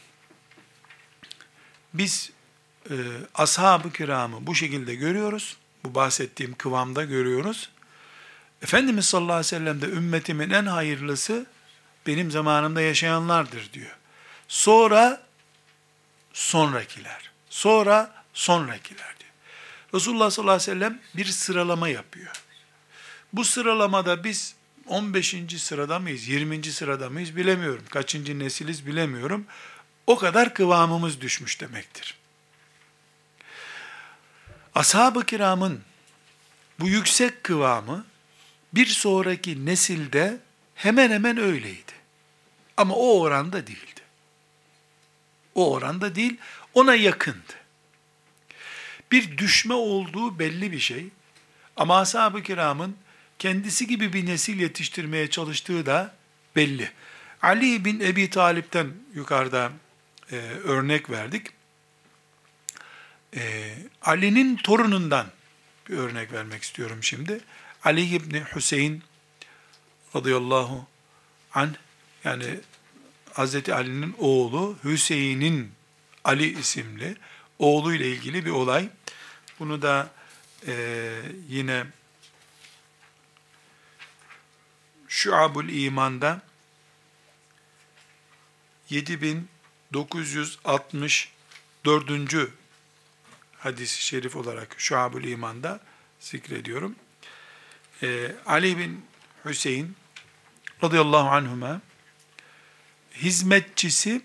biz e, ashab-ı kiramı bu şekilde görüyoruz. Bu bahsettiğim kıvamda görüyoruz. Efendimiz sallallahu aleyhi ve sellem de ümmetimin en hayırlısı benim zamanımda yaşayanlardır diyor. Sonra sonrakiler. Sonra sonrakiler diyor. Resulullah sallallahu aleyhi ve sellem bir sıralama yapıyor. Bu sıralamada biz on beşinci sırada mıyız, yirminci sırada mıyız bilemiyorum. Kaçıncı nesiliz bilemiyorum. O kadar kıvamımız düşmüş demektir. Ashab-ı kiramın bu yüksek kıvamı bir sonraki nesilde hemen hemen öyleydi. Ama o oranda değildi. O oranda değil, ona yakındı. Bir düşme olduğu belli bir şey. Ama ashab-ı kiramın kendisi gibi bir nesil yetiştirmeye çalıştığı da belli. Ali bin Ebi Talip'ten yukarıda e, örnek verdik. E, Ali'nin torunundan bir örnek vermek istiyorum şimdi. Ali İbni Hüseyin radıyallahu anh, yani Hazreti Ali'nin oğlu Hüseyin'in Ali isimli oğluyla ilgili bir olay. Bunu da e, yine Şuab-ül İman'da yedi bin dokuz yüz altmış dördüncü hadis-i şerif olarak Şuab-ül İman'da zikrediyorum. Ee, Ali bin Hüseyin radıyallahu anhuma hizmetçisi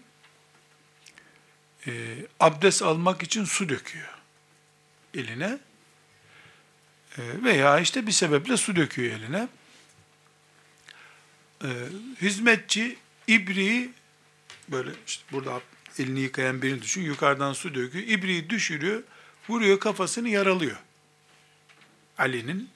e, abdest almak için su döküyor eline. E, veya işte bir sebeple su döküyor eline. E, hizmetçi ibriği böyle işte burada elini yıkayan birini düşün, yukarıdan su döküyor, ibriği düşürüyor, vuruyor, kafasını yaralıyor Ali'nin.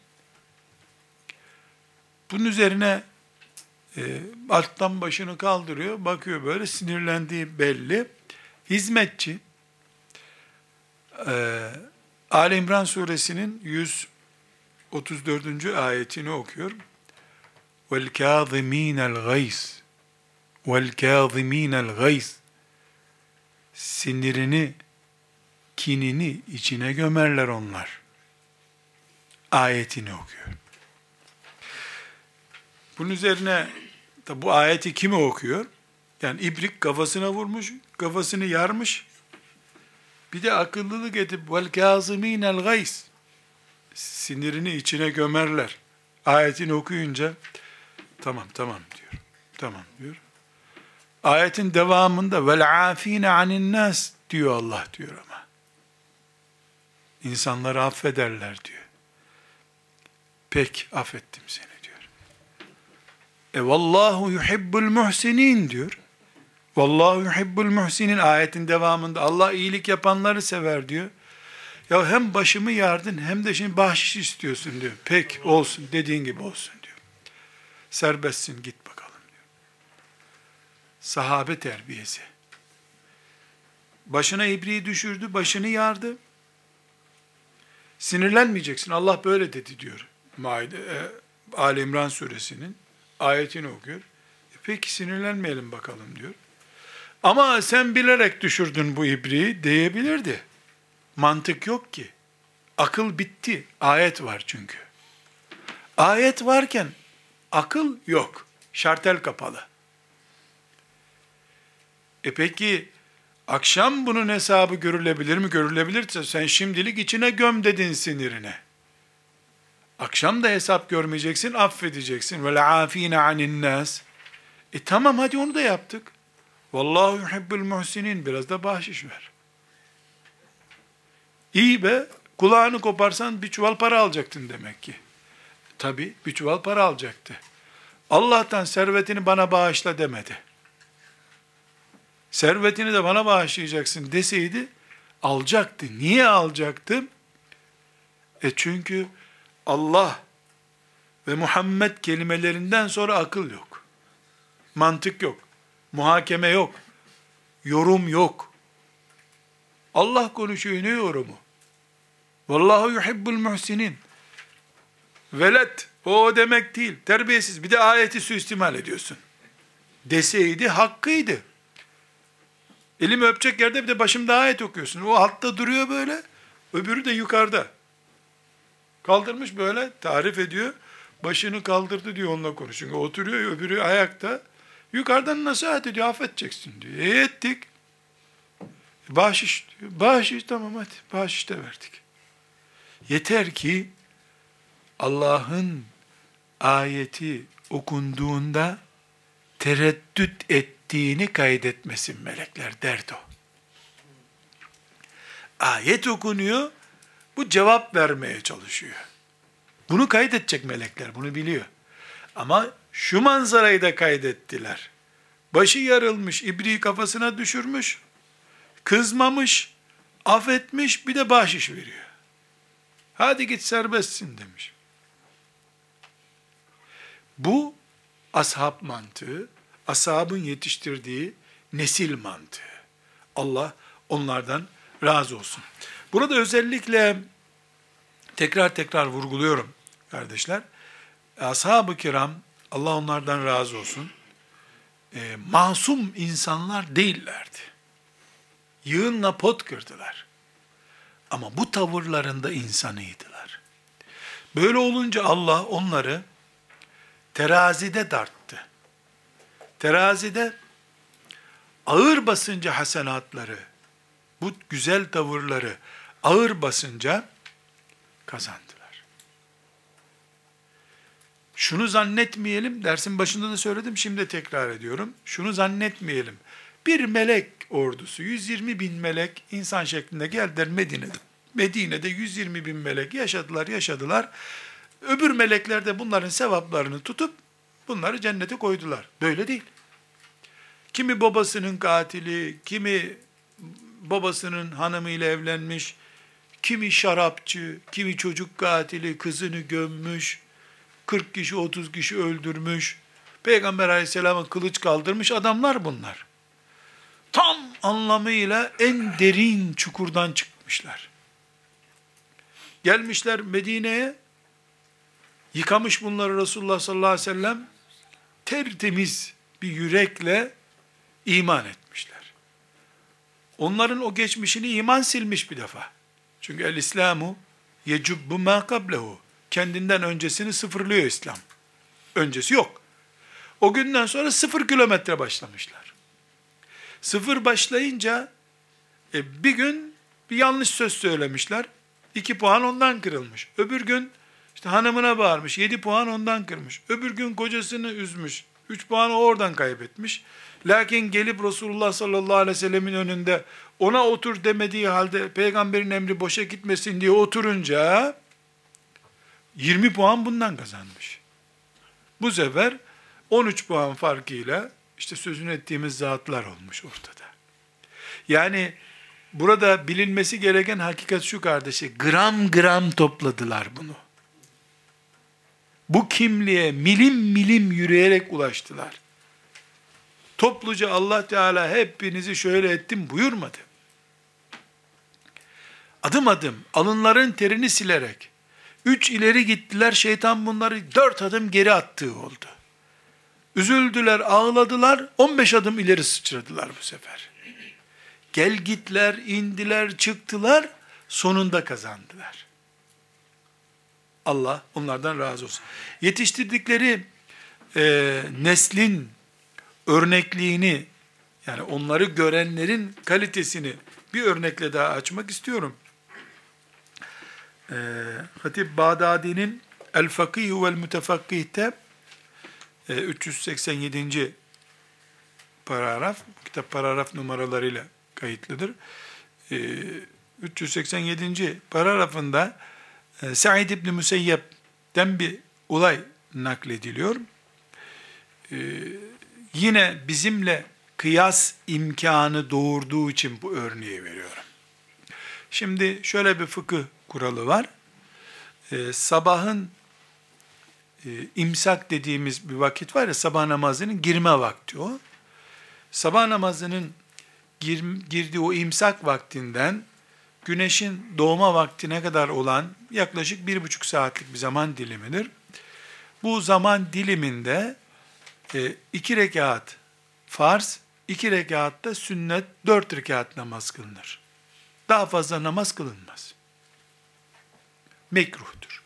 Bunun üzerine e, alttan başını kaldırıyor, bakıyor böyle, sinirlendiği belli. Hizmetçi e, Ali İmran suresinin yüz otuz dördüncü ayetini okuyor. وَالْكَاظِم۪ينَ الْغَيْزِ وَالْكَاظِم۪ينَ الْغَيْزِ Sinirini, kinini içine gömerler onlar. Ayetini okuyor. Bunun üzerine tabi bu ayeti kimi okuyor? Yani ibrik kafasına vurmuş, kafasını yarmış. Bir de akıllılık edip وَالْكَاظِم۪ينَ الْغَيْزِ Sinirini içine gömerler. Ayetini okuyunca tamam tamam diyor. Tamam diyor. Ayetin devamında vel afine anin nas diyor Allah diyor ama. İnsanları affederler diyor. Pek affettim seni diyor. E vallahu yuhibbul muhsinin diyor. Vallahu yuhibbul muhsinin ayetin devamında Allah iyilik yapanları sever diyor. Ya hem başımı yardın hem de şimdi bahşiş istiyorsun diyor. Pek olsun, dediğin gibi olsun diyor. Serbestsin, git bakalım diyor. Sahabe terbiyesi. Başına ibriği düşürdü, başını yardı. Sinirlenmeyeceksin, Allah böyle dedi diyor. Maide, e, Ali İmran suresinin ayetini okuyor. E peki sinirlenmeyelim bakalım diyor. Ama sen bilerek düşürdün bu ibriği diyebilirdi. Mantık yok ki. Akıl bitti. Ayet var çünkü. Ayet varken akıl yok. Şartel kapalı. E peki akşam bunun hesabı görülebilir mi? Görülebilirse sen şimdilik içine göm dedin sinirini. Akşam da hesap görmeyeceksin, affedeceksin. Ve afine anin nas. E tamam, hadi onu da yaptık. Vallahu yuhibbul muhsinin, biraz da bahşiş ver. İyi be, kulağını koparsan bir çuval para alacaktın demek ki. Tabii bir çuval para alacaktı. Allah'tan servetini bana bağışla demedi. Servetini de bana bağışlayacaksın deseydi alacaktı. Niye alacaktı? E çünkü Allah ve Muhammed kelimelerinden sonra akıl yok. Mantık yok. Muhakeme yok. Yorum yok. Allah konuşuyor, ne yorumu? Vallahu yuhibbul muhsinin. Velet, o demek değil. Terbiyesiz. Bir de ayeti suistimal ediyorsun. Deseydi hakkıydı. Elimi öpecek yerde bir de başımda ayet okuyorsun. O altta duruyor böyle. Öbürü de yukarıda. Kaldırmış böyle tarif ediyor. Başını kaldırdı diyor, onunla konuşuyor. Oturuyor, öbürü ayakta. Yukarıdan nasihat ediyor, affedeceksin diyor. E ettik. Bahşiş diyor. Bahşiş, tamam hadi. Bahşiş de verdik. Yeter ki Allah'ın ayeti okunduğunda tereddüt ettiğini kaydetmesin melekler, derdi o. Ayet okunuyor, bu cevap vermeye çalışıyor. Bunu kaydedecek melekler, bunu biliyor. Ama şu manzarayı da kaydettiler. Başı yarılmış, ibriği kafasına düşürmüş, kızmamış, affetmiş, bir de bahşiş veriyor. Hadi git serbestsin demiş. Bu ashab mantığı, ashabın yetiştirdiği nesil mantığı. Allah onlardan razı olsun. Burada özellikle tekrar tekrar vurguluyorum kardeşler. Ashab-ı kiram, Allah onlardan razı olsun, e, masum insanlar değillerdi. Yığınla pot kırdılar. Ama bu tavırlarında insanıydılar. Böyle olunca Allah onları terazide tarttı. Terazide ağır basınca hasenatları, bu güzel tavırları ağır basınca kazandılar. Şunu zannetmeyelim, dersin başında da söyledim, şimdi tekrar ediyorum. Şunu zannetmeyelim. Bir melek ordusu, yüz yirmi bin melek insan şeklinde geldiler Medine'de. Medine'de yüz yirmi bin melek yaşadılar, yaşadılar. Öbür melekler de bunların sevaplarını tutup bunları cennete koydular. Böyle değil. Kimi babasının katili, kimi babasının hanımıyla evlenmiş, kimi şarapçı, kimi çocuk katili, kızını gömmüş, kırk kişi, otuz kişi öldürmüş, Peygamber aleyhisselama kılıç kaldırmış adamlar bunlar. Tam anlamıyla en derin çukurdan çıkmışlar. Gelmişler Medine'ye, yıkamış bunları Resulullah sallallahu aleyhi ve sellem, tertemiz bir yürekle iman etmişler. Onların o geçmişini iman silmiş bir defa. Çünkü el-İslamu yecubbu ma kablehu. Kendinden öncesini sıfırlıyor İslam. Öncesi yok. O günden sonra sıfır kilometre başlamışlar. Sıfır başlayınca e, bir gün bir yanlış söz söylemişler. iki puan ondan kırılmış. Öbür gün işte hanımına bağırmış. yedi puan ondan kırmış. Öbür gün kocasını üzmüş. üç puanı oradan kaybetmiş. Lakin gelip Resulullah sallallahu aleyhi ve sellemin önünde ona otur demediği halde peygamberin emri boşa gitmesin diye oturunca yirmi puan bundan kazanmış. Bu sefer on üç puan farkıyla işte sözünü ettiğimiz zatlar olmuş ortada. Yani burada bilinmesi gereken hakikat şu kardeşi, gram gram topladılar bunu. Bu kimliğe milim milim yürüyerek ulaştılar. Topluca Allah Teala hepinizi şöyle ettim buyurmadı. Adım adım alınların terini silerek, üç ileri gittiler, şeytan bunları dört adım geri attığı oldu. Üzüldüler, ağladılar, on beş adım ileri sıçradılar bu sefer. Gel gitler, indiler, çıktılar, sonunda kazandılar. Allah onlardan razı olsun. Yetiştirdikleri e, neslin örnekliğini, yani onları görenlerin kalitesini bir örnekle daha açmak istiyorum. E, Hatip Bağdadi'nin El-Fakih vel Mütefakkih'te e, üç yüz seksen yedinci paragraf, kitap paragraf numaralarıyla kayıtlıdır. E, üç yüz seksen yedinci paragrafında e, Said İbni Müseyyep'ten bir olay naklediliyor. E, yine bizimle kıyas imkanı doğurduğu için bu örneği veriyorum. Şimdi şöyle bir fıkıh kuralı var. E, sabahın e, imsak dediğimiz bir vakit var ya, sabah namazının girme vakti o. Sabah namazının gir, girdiği o imsak vaktinden güneşin doğma vaktine kadar olan yaklaşık bir buçuk saatlik bir zaman dilimidir. Bu zaman diliminde e, iki rekat farz, iki rekat da sünnet, dört rekat namaz kılınır. Daha fazla namaz kılınmaz. Mekruhtur.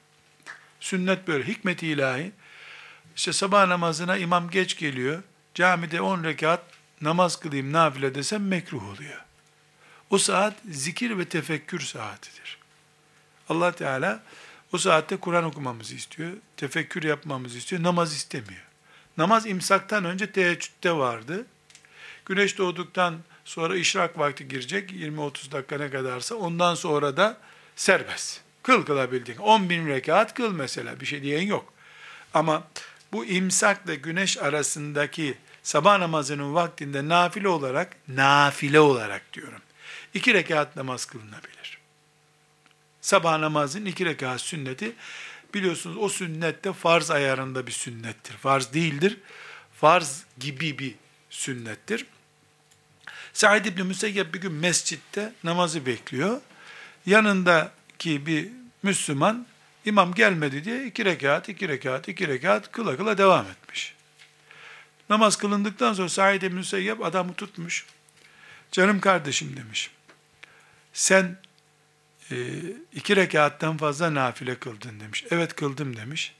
Sünnet böyle, hikmet-i ilahi. İşte sabah namazına imam geç geliyor, camide on rekat namaz kılayım nafile desem mekruh oluyor. O saat zikir ve tefekkür saatidir. Allah Teala o saatte Kur'an okumamızı istiyor, tefekkür yapmamızı istiyor, namaz istemiyor. Namaz imsaktan önce teheccüde vardı. Güneş doğduktan sonra işrak vakti girecek, yirmi otuz dakika ne kadarsa, ondan sonra da serbest. Kıl kılabildiğin. on bin rekat kıl mesela, bir şey diyen yok. Ama bu imsakla güneş arasındaki sabah namazının vaktinde nafile olarak, nafile olarak diyorum, iki rekat namaz kılınabilir. Sabah namazın iki rekat sünneti, biliyorsunuz o sünnet de farz ayarında bir sünnettir. Farz değildir, farz gibi bir sünnettir. Said İbni Müseyyep bir gün mescitte namazı bekliyor. Yanındaki bir Müslüman, imam gelmedi diye iki rekat, iki rekat, iki rekat kıla kıla devam etmiş. Namaz kılındıktan sonra Said İbni Müseyyep adamı tutmuş. Canım kardeşim demiş, sen e, iki rekattan fazla nafile kıldın demiş. Evet kıldım demiş.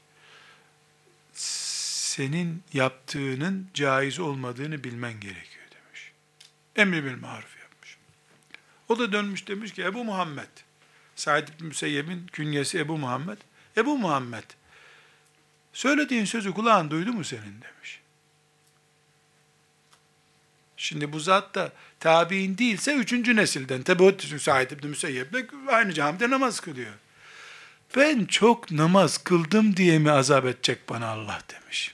Senin yaptığının caiz olmadığını bilmen gerekiyor demiş. Emri bil maruf yapmış. O da dönmüş demiş ki, Ebu Muhammed, Said İbni Müseyyep'in künyesi Ebu Muhammed, Ebu Muhammed, söylediğin sözü kulağın duydu mu senin demiş. Şimdi bu zat da tabi'in değilse üçüncü nesilden. Tabi o Said İbni Müseyyep'le aynı camide namaz kılıyor. Ben çok namaz kıldım diye mi azap edecek bana Allah demiş.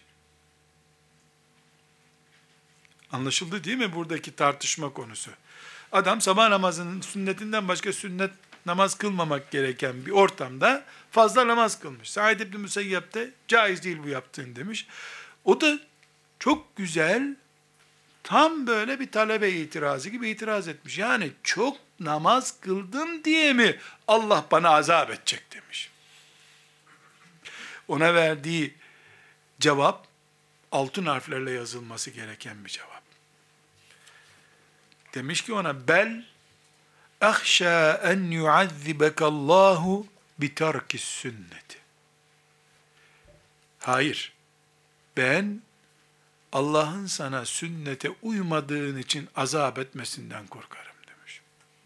Anlaşıldı değil mi buradaki tartışma konusu? Adam sabah namazının sünnetinden başka sünnet namaz kılmamak gereken bir ortamda fazla namaz kılmış. Said İbni Müseyyep de caiz değil bu yaptığın demiş. O da çok güzel, tam böyle bir talebe itirazı gibi itiraz etmiş. Yani çok namaz kıldım diye mi Allah bana azap edecek demiş. Ona verdiği cevap altın harflerle yazılması gereken bir cevap. Demiş ki ona, bel ahşa en yuazzibekallahu bi terkis sünneti. Hayır, ben Allah'ın sana sünnete uymadığın için azap etmesinden korkarım demiş.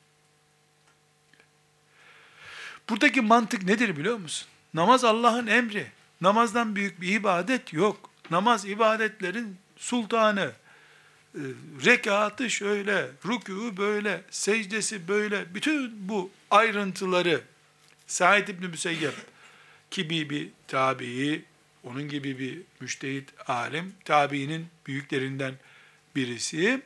Buradaki mantık nedir biliyor musun? Namaz Allah'ın emri. Namazdan büyük bir ibadet yok. Namaz ibadetlerin sultanı. E, rekatı şöyle, rükû böyle, secdesi böyle, bütün bu ayrıntıları Said İbni Müseyyep gibi bir tabi'i, onun gibi bir müştehit alim, tabiinin büyüklerinden birisi,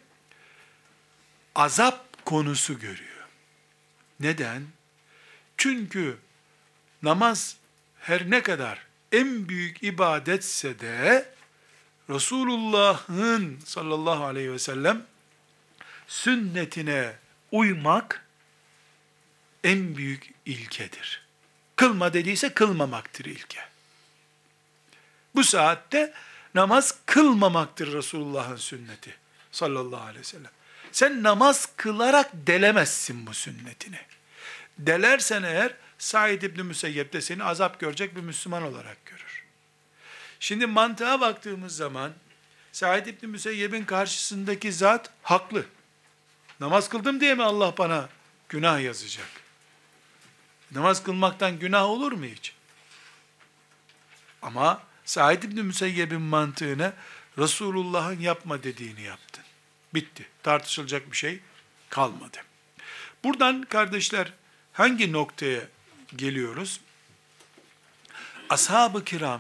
azap konusu görüyor. Neden? Çünkü namaz her ne kadar en büyük ibadetse de, Resulullah'ın sallallahu aleyhi ve sellem sünnetine uymak en büyük ilkedir. Kılma dediyse kılmamaktır ilke. Bu saatte namaz kılmamaktır Resulullah'ın sünneti sallallahu aleyhi ve sellem. Sen namaz kılarak delemezsin bu sünnetini. Delersen eğer, Said İbni Müseyyep de seni azap görecek bir Müslüman olarak görür. Şimdi mantığa baktığımız zaman, Said İbni Müseyyep'in karşısındaki zat haklı. Namaz kıldım diye mi Allah bana günah yazacak? Namaz kılmaktan günah olur mu hiç? Ama Said İbni Müseyyep'in mantığına, Resulullah'ın yapma dediğini yaptın. Bitti. Tartışılacak bir şey kalmadı. Buradan kardeşler hangi noktaya geliyoruz? Ashab-ı kiram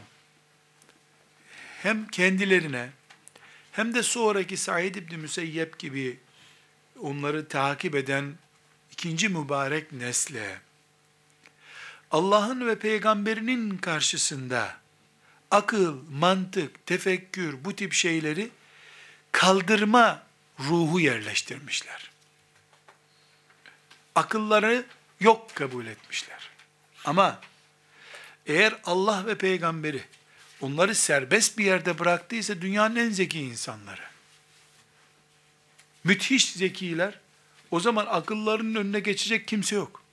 hem kendilerine hem de sonraki Said İbni Müseyyep gibi onları takip eden ikinci mübarek nesle Allah'ın ve peygamberinin karşısında akıl, mantık, tefekkür bu tip şeyleri kaldırma ruhu yerleştirmişler. Akılları yok kabul etmişler. Ama eğer Allah ve peygamberi onları serbest bir yerde bıraktıysa dünyanın en zeki insanları, müthiş zekiler, o zaman akıllarının önüne geçecek kimse yok.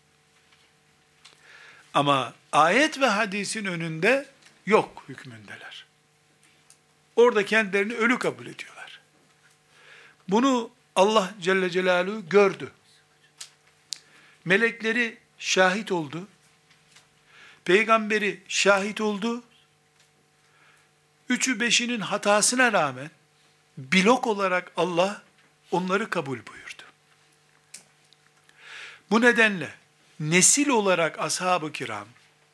Ama ayet ve hadisin önünde yok hükmündeler. Orada kendilerini ölü kabul ediyorlar. Bunu Allah Celle Celaluhu gördü. Melekleri şahit oldu. Peygamberi şahit oldu. Üçü beşinin hatasına rağmen blok olarak Allah onları kabul buyurdu. Bu nedenle nesil olarak ashab-ı kiram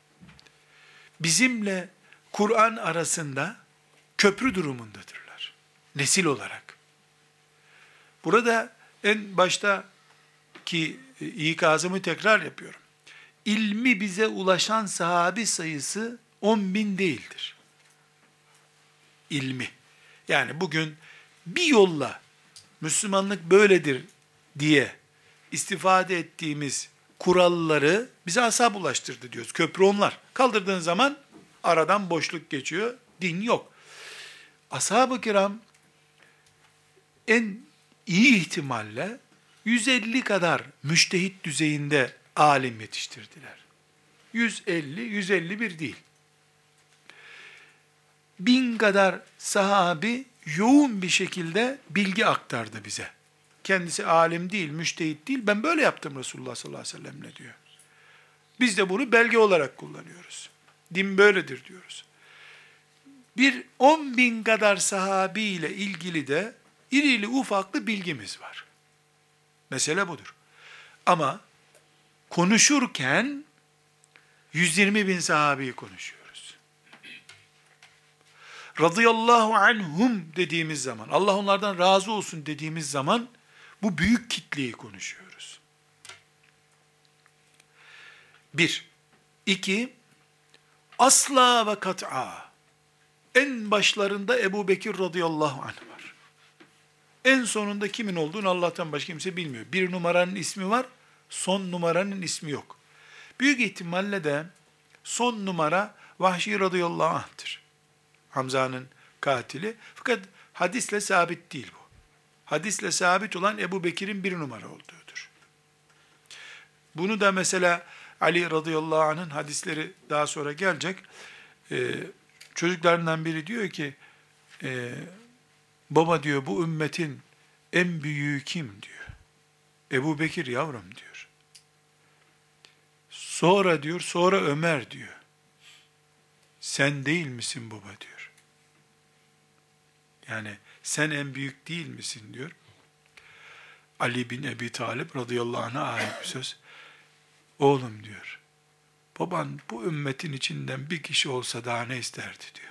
bizimle Kur'an arasında köprü durumundadırlar. Nesil olarak. Burada en baştaki ikazımı tekrar yapıyorum. İlmi bize ulaşan sahabi sayısı on bin değildir. İlmi. Yani bugün bir yolla Müslümanlık böyledir diye istifade ettiğimiz kuralları bize ashab ulaştırdı diyoruz. Köprü onlar. Kaldırdığın zaman aradan boşluk geçiyor. Din yok. Ashab-ı kiram en iyi ihtimalle yüz elli kadar müştehit düzeyinde alim yetiştirdiler. yüz elli, yüz elli bir değil. Bin kadar sahabi yoğun bir şekilde bilgi aktardı bize. Kendisi alim değil, müştehit değil. Ben böyle yaptım Resulullah sallallahu aleyhi ve sellem'le diyor. Biz de bunu belge olarak kullanıyoruz. Din böyledir diyoruz. Bir on bin kadar sahabi ile ilgili de irili ufaklı bilgimiz var. Mesele budur. Ama konuşurken yüz yirmi bin sahabeyi konuşuyoruz. Radıyallahu anhum dediğimiz zaman, Allah onlardan razı olsun dediğimiz zaman bu büyük kitleyi konuşuyoruz. Bir. İki, asla ve kat'a. En başlarında Ebu Bekir radıyallahu anh var. En sonunda kimin olduğunu Allah'tan başka kimse bilmiyor. Bir numaranın ismi var, son numaranın ismi yok. Büyük ihtimalle de son numara Vahşi radıyallahu anh'tır. Hamza'nın katili. Fakat hadisle sabit değil bu. Hadisle sabit olan Ebu Bekir'in bir numara olduğudur. Bunu da mesela Ali radıyallahu anh'ın hadisleri daha sonra gelecek. Ee, çocuklarından biri diyor ki, e, baba diyor bu ümmetin en büyüğü kim diyor. Ebu Bekir yavrum diyor. Sonra diyor, sonra Ömer diyor. Sen değil misin baba diyor. Yani sen en büyük değil misin diyor. Ali bin Ebi Talib radıyallahu anh'a ait bir söz. Oğlum diyor, baban bu ümmetin içinden bir kişi olsa daha ne isterdi diyor.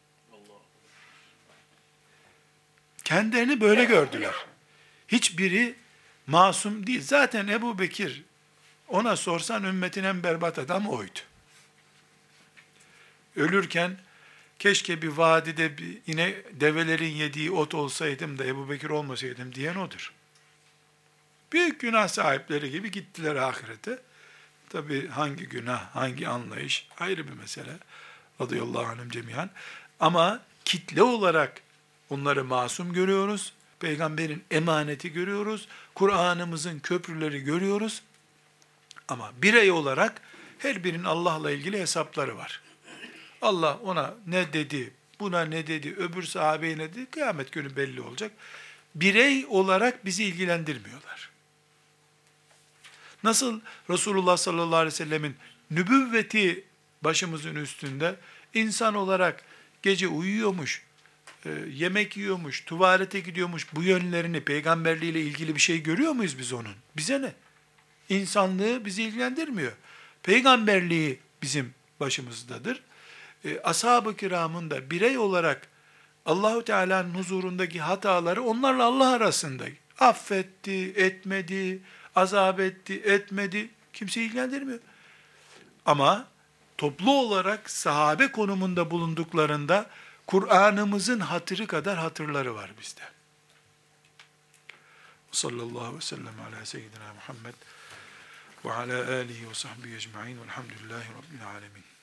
Kendilerini böyle gördüler. Hiçbiri masum değil. Zaten Ebu Bekir, ona sorsan ümmetin en berbat adamı oydu. Ölürken, keşke bir vadide bir, yine develerin yediği ot olsaydım da Ebu Bekir olmasaydım diyen odur. Büyük günah sahipleri gibi gittiler ahirete. Tabi hangi günah, hangi anlayış ayrı bir mesele. Radıyallahu anhüm cemiyan. Ama kitle olarak onları masum görüyoruz. Peygamberin emaneti görüyoruz. Kur'an'ımızın köprüleri görüyoruz. Ama birey olarak her birinin Allah'la ilgili hesapları var. Allah ona ne dedi, buna ne dedi, öbür sahabeye ne dedi, kıyamet günü belli olacak. Birey olarak bizi ilgilendirmiyorlar. Nasıl Resulullah sallallahu aleyhi ve sellemin nübüvveti başımızın üstünde, insan olarak gece uyuyormuş, e, yemek yiyormuş, tuvalete gidiyormuş, bu yönlerini, peygamberliğiyle ilgili bir şey görüyor muyuz biz onun? Bize ne? İnsanlığı bizi ilgilendirmiyor. Peygamberliği bizim başımızdadır. E, Ashab-ı kiramın da birey olarak Allahu Teala'nın huzurundaki hataları onlarla Allah arasında. Affetti, etmedi, azap etti, etmedi. Kimseyi ilgilendirmiyor. Ama toplu olarak sahabe konumunda bulunduklarında Kur'an'ımızın hatırı kadar hatırları var bizde. Sallallahu aleyhi ve sellem ala seyyidina Muhammed ve ala alihi ve sahbihi ecma'in velhamdülillahi rabbil alemin.